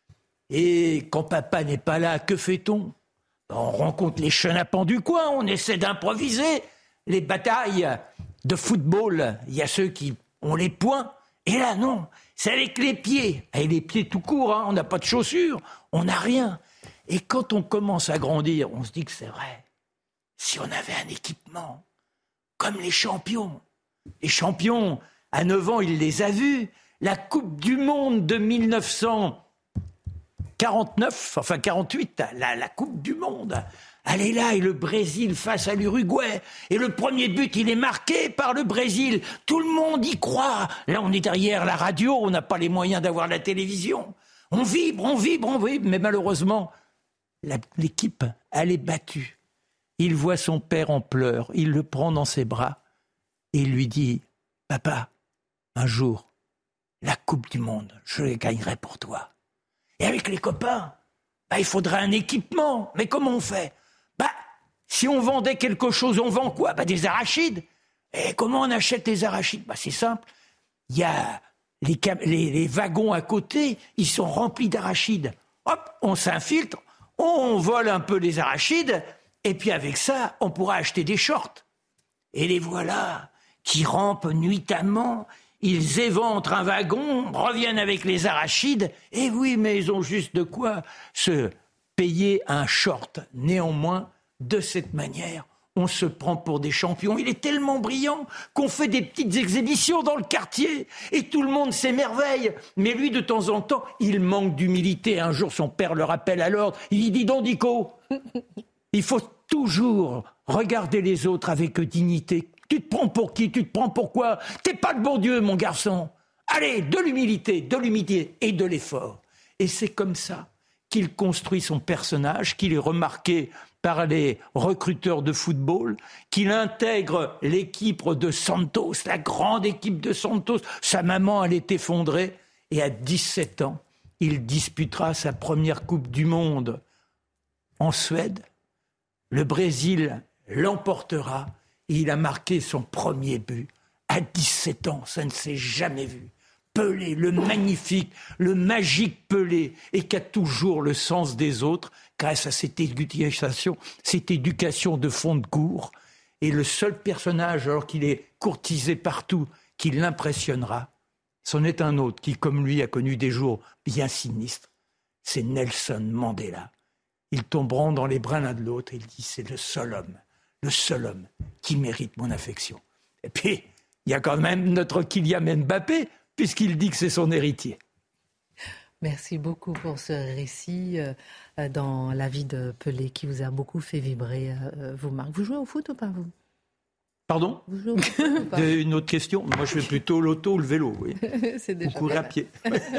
Et quand papa n'est pas là, que fait-on ? On rencontre les chenapans du coin, on essaie d'improviser. Les batailles de football, il y a ceux qui ont les poings. Et là, non, c'est avec les pieds. Et les pieds tout court, hein, on n'a pas de chaussures, on n'a rien. Et quand on commence à grandir, on se dit que c'est vrai. Si on avait un équipement, comme les champions. Les champions, à neuf ans, il les a vus. La Coupe du Monde de mille neuf cent quarante-neuf, enfin quarante-huit, la, la Coupe du Monde. Elle est là, et le Brésil face à l'Uruguay. Et le premier but, il est marqué par le Brésil. Tout le monde y croit. Là, on est derrière la radio, on n'a pas les moyens d'avoir la télévision. On vibre, on vibre, on vibre, mais malheureusement... La, l'équipe, elle est battue. Il voit son père en pleurs, il le prend dans ses bras et il lui dit « Papa, un jour, la Coupe du Monde, je la gagnerai pour toi. » Et avec les copains, bah, il faudra un équipement. Mais comment on fait ? Bah, si on vendait quelque chose, on vend quoi ? Bah, des arachides. Et comment on achète les arachides ? Bah, c'est simple. Il y a les, les, les wagons à côté, ils sont remplis d'arachides. Hop, on s'infiltre. On vole un peu les arachides, et puis avec ça, on pourra acheter des shorts. Et les voilà, qui rampent nuitamment, ils éventrent un wagon, reviennent avec les arachides, et oui, mais ils ont juste de quoi se payer un short. Néanmoins, de cette manière, on se prend pour des champions. Il est tellement brillant qu'on fait des petites exhibitions dans le quartier et tout le monde s'émerveille. Mais lui, de temps en temps, il manque d'humilité. Un jour, son père le rappelle à l'ordre. Il dit « Dis donc, Dico, Il faut toujours regarder les autres avec dignité. Tu te prends pour qui? Tu te prends pour quoi? T'es pas le bon Dieu, mon garçon. Allez, de l'humilité, de l'humilité et de l'effort. Et c'est comme ça qu'il construit son personnage, qu'il est remarqué par les recruteurs de football, qu'il intègre l'équipe de Santos, la grande équipe de Santos. Sa maman, elle est effondrée. Et à dix-sept ans, il disputera sa première Coupe du Monde en Suède. Le Brésil l'emportera et il a marqué son premier but. À dix-sept ans, ça ne s'est jamais vu. Pelé, le magnifique, le magique Pelé, et qui a toujours le sens des autres grâce à cette éducation, cette éducation de fond de cour. Et le seul personnage, alors qu'il est courtisé partout, qui l'impressionnera, c'en est un autre qui, comme lui, a connu des jours bien sinistres. C'est Nelson Mandela. Ils tomberont dans les bras l'un de l'autre et il dit, c'est le seul homme, le seul homme qui mérite mon affection. Et puis, il y a quand même notre Kylian Mbappé, puisqu'il dit que c'est son héritier. Merci beaucoup pour ce récit euh, dans la vie de Pelé qui vous a beaucoup fait vibrer, euh, vous, Marc. Vous jouez au foot ou pas, vous? Pardon? Vous jouez au foot ou pas? Une autre question? Moi, je fais plutôt l'auto ou le vélo, oui. C'est déjà ou courir à pied.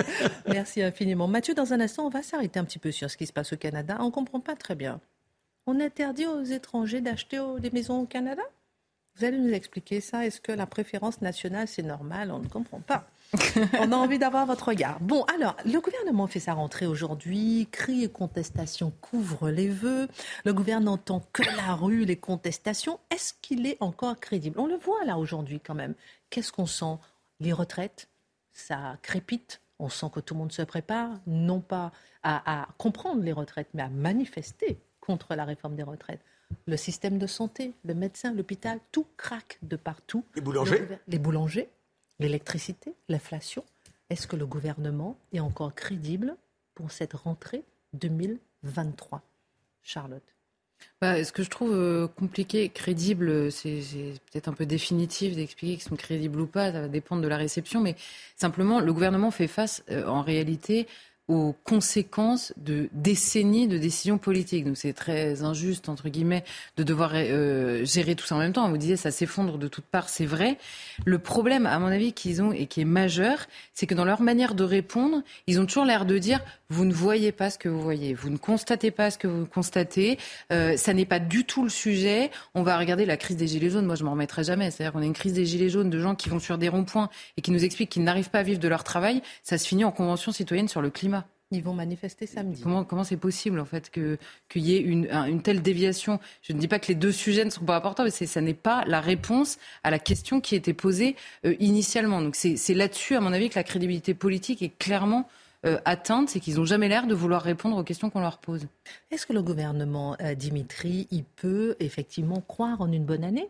Merci infiniment. Mathieu, dans un instant, on va s'arrêter un petit peu sur ce qui se passe au Canada. On ne comprend pas très bien. On interdit aux étrangers d'acheter des maisons au Canada? Vous allez nous expliquer ça. Est-ce que la préférence nationale, c'est normal? On ne comprend pas. On a envie d'avoir votre regard. Bon, alors, le gouvernement fait sa rentrée aujourd'hui. Cris et contestations couvrent les vœux. Le gouvernement n'entend que la rue, les contestations. Est-ce qu'il est encore crédible? On le voit là aujourd'hui quand même. Qu'est-ce qu'on sent? Les retraites, ça crépite. On sent que tout le monde se prépare, non pas à, à comprendre les retraites, mais à manifester contre la réforme des retraites. Le système de santé, le médecin, l'hôpital, tout craque de partout. Les boulangers le, Les boulangers, l'électricité, l'inflation. Est-ce que le gouvernement est encore crédible pour cette rentrée deux mille vingt-trois? Charlotte? Bah, ce que je trouve euh, compliqué, crédible, c'est, c'est peut-être un peu définitif d'expliquer qu'ils sont crédibles ou pas, ça va dépendre de la réception, mais simplement, le gouvernement fait face, euh, en réalité, aux conséquences de décennies de décisions politiques. Donc c'est très injuste, entre guillemets, de devoir euh, gérer tout ça en même temps. Vous disiez, ça s'effondre de toutes parts, c'est vrai. Le problème, à mon avis, qu'ils ont et qui est majeur, c'est que dans leur manière de répondre, ils ont toujours l'air de dire « vous ne voyez pas ce que vous voyez, vous ne constatez pas ce que vous constatez, euh, ça n'est pas du tout le sujet, on va regarder la crise des Gilets jaunes ». Moi, je m'en remettrai jamais. C'est-à-dire qu'on a une crise des Gilets jaunes de gens qui vont sur des ronds-points et qui nous expliquent qu'ils n'arrivent pas à vivre de leur travail. Ça se finit en convention citoyenne sur le climat. Ils vont manifester samedi. Comment, comment c'est possible, en fait, que, qu'il y ait une, une telle déviation? Je ne dis pas que les deux sujets ne sont pas importants, mais c'est, ça n'est pas la réponse à la question qui était posée euh, initialement. Donc c'est, c'est là-dessus, à mon avis, que la crédibilité politique est clairement euh, atteinte. C'est qu'ils n'ont jamais l'air de vouloir répondre aux questions qu'on leur pose. Est-ce que le gouvernement, euh, Dimitri, il peut effectivement croire en une bonne année?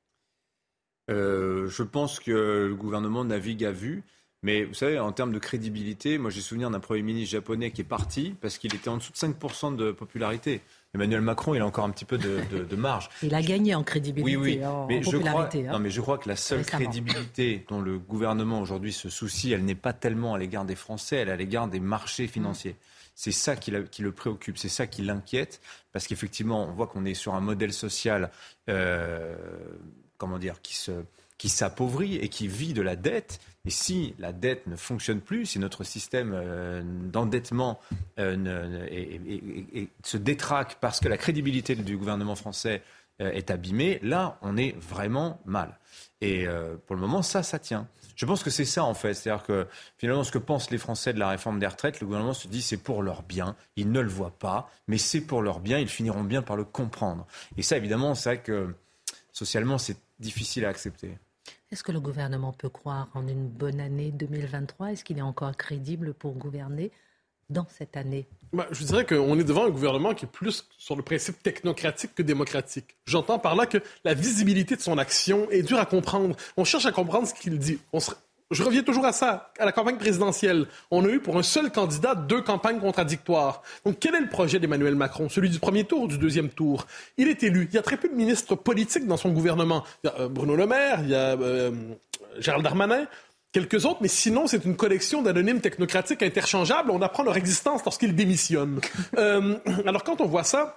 euh, Je pense que le gouvernement navigue à vue. Mais vous savez, en termes de crédibilité, moi j'ai souvenir d'un Premier ministre japonais qui est parti parce qu'il était en dessous de cinq pour cent de popularité. Emmanuel Macron, il a encore un petit peu de, de, de marge. Il a gagné en crédibilité, oui, oui. en, mais en je popularité. Crois, hein. Non, mais je crois que la seule Récemment. crédibilité dont le gouvernement aujourd'hui se soucie, elle n'est pas tellement à l'égard des Français, elle est à l'égard des marchés financiers. Mmh. C'est ça qui, la, qui le préoccupe, c'est ça qui l'inquiète, parce qu'effectivement, on voit qu'on est sur un modèle social, euh, comment dire, qui se... qui s'appauvrit et qui vit de la dette. Et si la dette ne fonctionne plus, si notre système euh, d'endettement euh, ne, et, et, et se détraque parce que la crédibilité du gouvernement français euh, est abîmée, là, on est vraiment mal. Et euh, pour le moment, ça, ça tient. Je pense que c'est ça, en fait. C'est-à-dire que, finalement, ce que pensent les Français de la réforme des retraites, le gouvernement se dit c'est pour leur bien. Ils ne le voient pas, mais c'est pour leur bien. Ils finiront bien par le comprendre. Et ça, évidemment, c'est vrai que socialement, c'est difficile à accepter. Est-ce que le gouvernement peut croire en une bonne année deux mille vingt-trois? Est-ce qu'il est encore crédible pour gouverner dans cette année? Ben, je dirais qu'on est devant un gouvernement qui est plus sur le principe technocratique que démocratique. J'entends par là que la visibilité de son action est dure à comprendre. On cherche à comprendre ce qu'il dit. On se... Je reviens toujours à ça, à la campagne présidentielle. On a eu pour un seul candidat deux campagnes contradictoires. Donc, quel est le projet d'Emmanuel Macron? Celui du premier tour ou du deuxième tour? Il est élu. Il y a très peu de ministres politiques dans son gouvernement. Il y a euh, Bruno Le Maire, il y a euh, Gérald Darmanin, quelques autres, mais sinon, c'est une collection d'anonymes technocratiques interchangeables. On apprend leur existence lorsqu'ils démissionnent. euh, alors, quand on voit ça,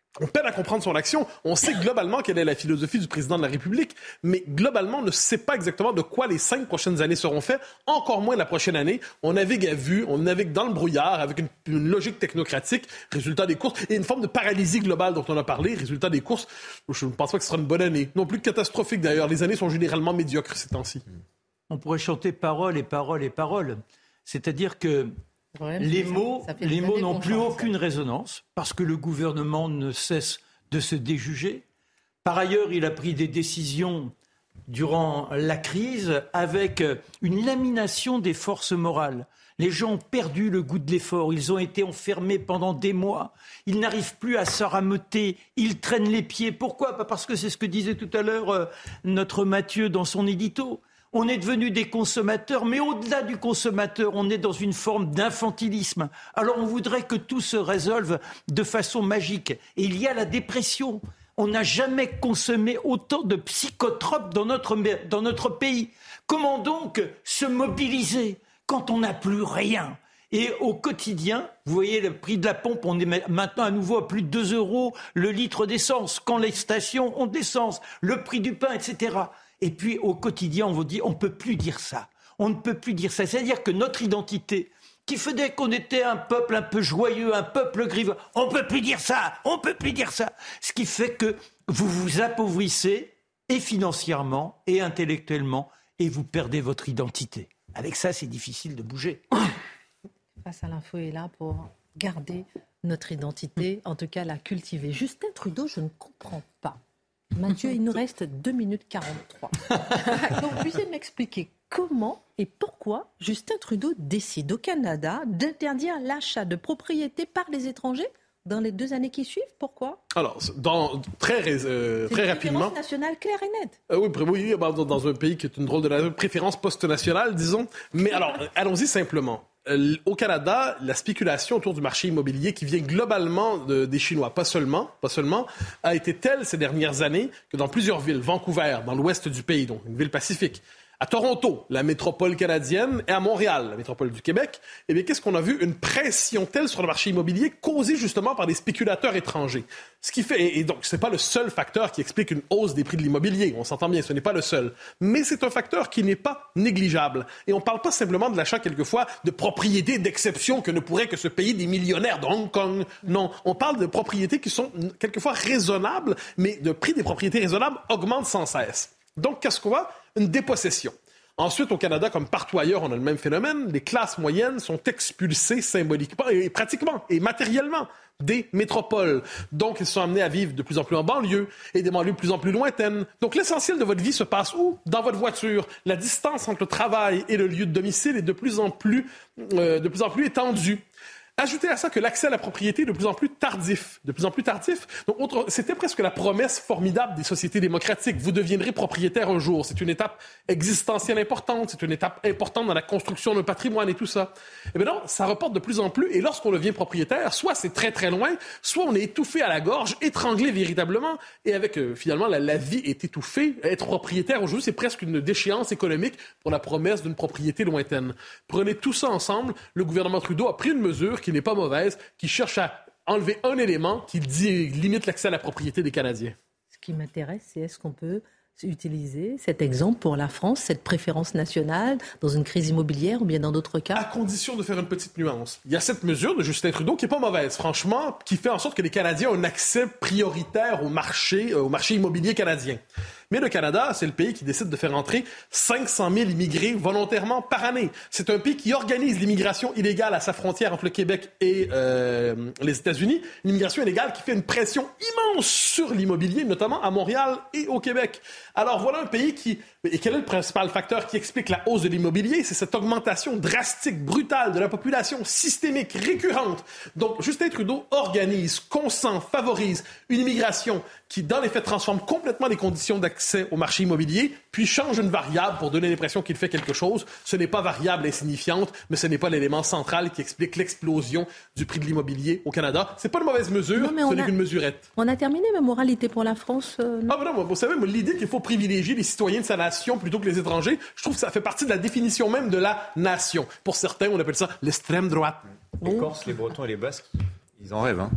On peine à comprendre son action. On sait globalement quelle est la philosophie du président de la République, mais globalement, on ne sait pas exactement de quoi les cinq prochaines années seront faites, encore moins la prochaine année. On navigue à vue, on navigue dans le brouillard avec une, une logique technocratique, résultat des courses, et une forme de paralysie globale dont on a parlé, résultat des courses. Je ne pense pas que ce sera une bonne année. Non plus catastrophique d'ailleurs. Les années sont généralement médiocres ces temps-ci. On pourrait chanter paroles et paroles et paroles. C'est-à-dire que problème, les mots, les mots n'ont plus aucune résonance parce que le gouvernement ne cesse de se déjuger. Par ailleurs, il a pris des décisions durant la crise avec une lamination des forces morales. Les gens ont perdu le goût de l'effort. Ils ont été enfermés pendant des mois. Ils n'arrivent plus à se rameuter. Ils traînent les pieds. Pourquoi ? Pas parce que c'est ce que disait tout à l'heure euh, notre Mathieu dans son édito. On est devenus des consommateurs, mais au-delà du consommateur, on est dans une forme d'infantilisme. Alors on voudrait que tout se résolve de façon magique. Et il y a la dépression. On n'a jamais consommé autant de psychotropes dans notre, dans notre pays. Comment donc se mobiliser quand on n'a plus rien ? Et au quotidien, vous voyez le prix de la pompe, on est maintenant à nouveau à plus de deux euros le litre d'essence. Quand les stations ont d'essence, le prix du pain, et cetera. Et puis, au quotidien, on vous dit, on ne peut plus dire ça. On ne peut plus dire ça. C'est-à-dire que notre identité, qui faisait qu'on était un peuple un peu joyeux, un peuple grivois, on ne peut plus dire ça, on ne peut plus dire ça. Ce qui fait que vous vous appauvrissez, et financièrement, et intellectuellement, et vous perdez votre identité. Avec ça, c'est difficile de bouger. Face à l'info est là pour garder notre identité, en tout cas la cultiver. Justin Trudeau, je ne comprends pas. Mathieu, il nous reste deux minutes quarante-trois. Donc, vous pouvez m'expliquer comment et pourquoi Justin Trudeau décide au Canada d'interdire l'achat de propriétés par les étrangers dans les deux années qui suivent. Pourquoi ? Alors, dans, très, euh, très rapidement... C'est une préférence nationale claire et nette. Euh, oui, oui, dans, dans un pays qui est une drôle de la préférence post-nationale, disons. Mais alors, allons-y simplement. Euh, au Canada, la spéculation autour du marché immobilier qui vient globalement de, des Chinois, pas seulement, pas seulement, a été telle ces dernières années que dans plusieurs villes, Vancouver, dans l'ouest du pays, donc une ville pacifique, à Toronto, la métropole canadienne, et à Montréal, la métropole du Québec, eh bien, qu'est-ce qu'on a vu? Une pression telle sur le marché immobilier causée justement par des spéculateurs étrangers. Ce qui fait, et donc, c'est pas le seul facteur qui explique une hausse des prix de l'immobilier. On s'entend bien, ce n'est pas le seul. Mais c'est un facteur qui n'est pas négligeable. Et on parle pas simplement de l'achat, quelquefois, de propriétés d'exception que ne pourraient que se payer des millionnaires de Hong Kong. Non. On parle de propriétés qui sont quelquefois raisonnables, mais le prix des propriétés raisonnables augmente sans cesse. Donc, qu'est-ce qu'on voit? Une dépossession. Ensuite, au Canada, comme partout ailleurs, on a le même phénomène. Les classes moyennes sont expulsées symboliquement et pratiquement et matériellement des métropoles. Donc, ils sont amenés à vivre de plus en plus en banlieue et des banlieues de plus en plus lointaines. Donc, l'essentiel de votre vie se passe où? Dans votre voiture. La distance entre le travail et le lieu de domicile est de plus en plus, euh, de plus en plus étendue. Ajoutez à ça que l'accès à la propriété est de plus en plus tardif. De plus en plus tardif. Donc, autre, c'était presque la promesse formidable des sociétés démocratiques. Vous deviendrez propriétaire un jour. C'est une étape existentielle importante. C'est une étape importante dans la construction d'un patrimoine et tout ça. Eh bien non, ça reporte de plus en plus. Et lorsqu'on devient propriétaire, soit c'est très très loin, soit on est étouffé à la gorge, étranglé véritablement. Et avec, euh, finalement, la, la vie est étouffée. Être propriétaire aujourd'hui, c'est presque une déchéance économique pour la promesse d'une propriété lointaine. Prenez tout ça ensemble. Le gouvernement Trudeau a pris une mesure qui n'est pas mauvaise, qui cherche à enlever un élément qui dit, limite l'accès à la propriété des Canadiens. Ce qui m'intéresse, c'est est-ce qu'on peut utiliser cet exemple pour la France, cette préférence nationale, dans une crise immobilière ou bien dans d'autres cas? À condition de faire une petite nuance. Il y a cette mesure de Justin Trudeau qui n'est pas mauvaise, franchement, qui fait en sorte que les Canadiens ont un accès prioritaire au marché, euh, au marché immobilier canadien. Mais le Canada, c'est le pays qui décide de faire entrer cinq cent mille immigrés volontairement par année. C'est un pays qui organise l'immigration illégale à sa frontière entre le Québec et euh, les États-Unis. Une immigration illégale qui fait une pression immense sur l'immobilier, notamment à Montréal et au Québec. Alors voilà un pays qui... Et quel est le principal facteur qui explique la hausse de l'immobilier? C'est cette augmentation drastique, brutale de la population, systémique, récurrente. Donc Justin Trudeau organise, consent, favorise une immigration qui, dans les faits, transforme complètement les conditions d'accès au marché immobilier, puis change une variable pour donner l'impression qu'il fait quelque chose. Ce n'est pas variable insignifiante, mais ce n'est pas l'élément central qui explique l'explosion du prix de l'immobilier au Canada. C'est pas une mauvaise mesure, non, ce n'est a... qu'une mesurette. On a terminé ma moralité pour la France. Euh, non. Ah ben non, vous savez, l'idée qu'il faut privilégier les citoyens de sa nation plutôt que les étrangers, je trouve que ça fait partie de la définition même de la nation. Pour certains, on appelle ça l'extrême droite. Les Corses, les Bretons et les Basques, ils en rêvent, hein.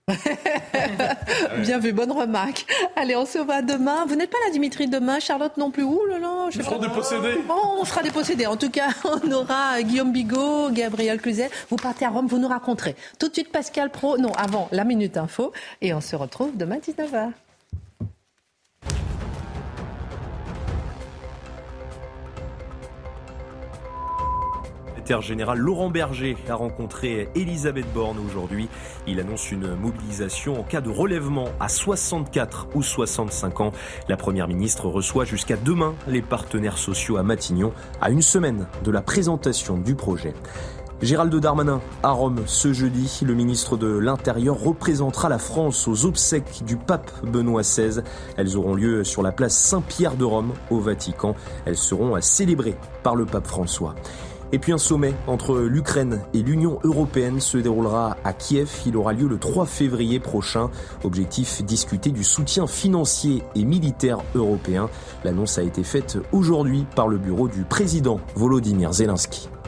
Bien vu, bonne remarque. Allez, on se voit demain. Vous n'êtes pas là, Dimitri, demain. Charlotte non plus. Ouh là là. Ils seront dépossédés. Oh, on sera dépossédés. En tout cas, on aura Guillaume Bigot, Gabriel Cluzel. Vous partez à Rome, vous nous raconterez. Tout de suite, Pascal Praud. Non, avant, la Minute Info. Et on se retrouve demain dix-neuf heures. Le secrétaire général Laurent Berger a rencontré Elisabeth Borne aujourd'hui. Il annonce une mobilisation en cas de relèvement à soixante-quatre ou soixante-cinq ans. La première ministre reçoit jusqu'à demain les partenaires sociaux à Matignon, à une semaine de la présentation du projet. Gérald Darmanin à Rome ce jeudi. Le ministre de l'Intérieur représentera la France aux obsèques du pape Benoît seize. Elles auront lieu sur la place Saint-Pierre de Rome au Vatican. Elles seront célébrées par le pape François. Et puis un sommet entre l'Ukraine et l'Union européenne se déroulera à Kiev. Il aura lieu le trois février prochain. Objectif, discuter du soutien financier et militaire européen. L'annonce a été faite aujourd'hui par le bureau du président Volodymyr Zelensky.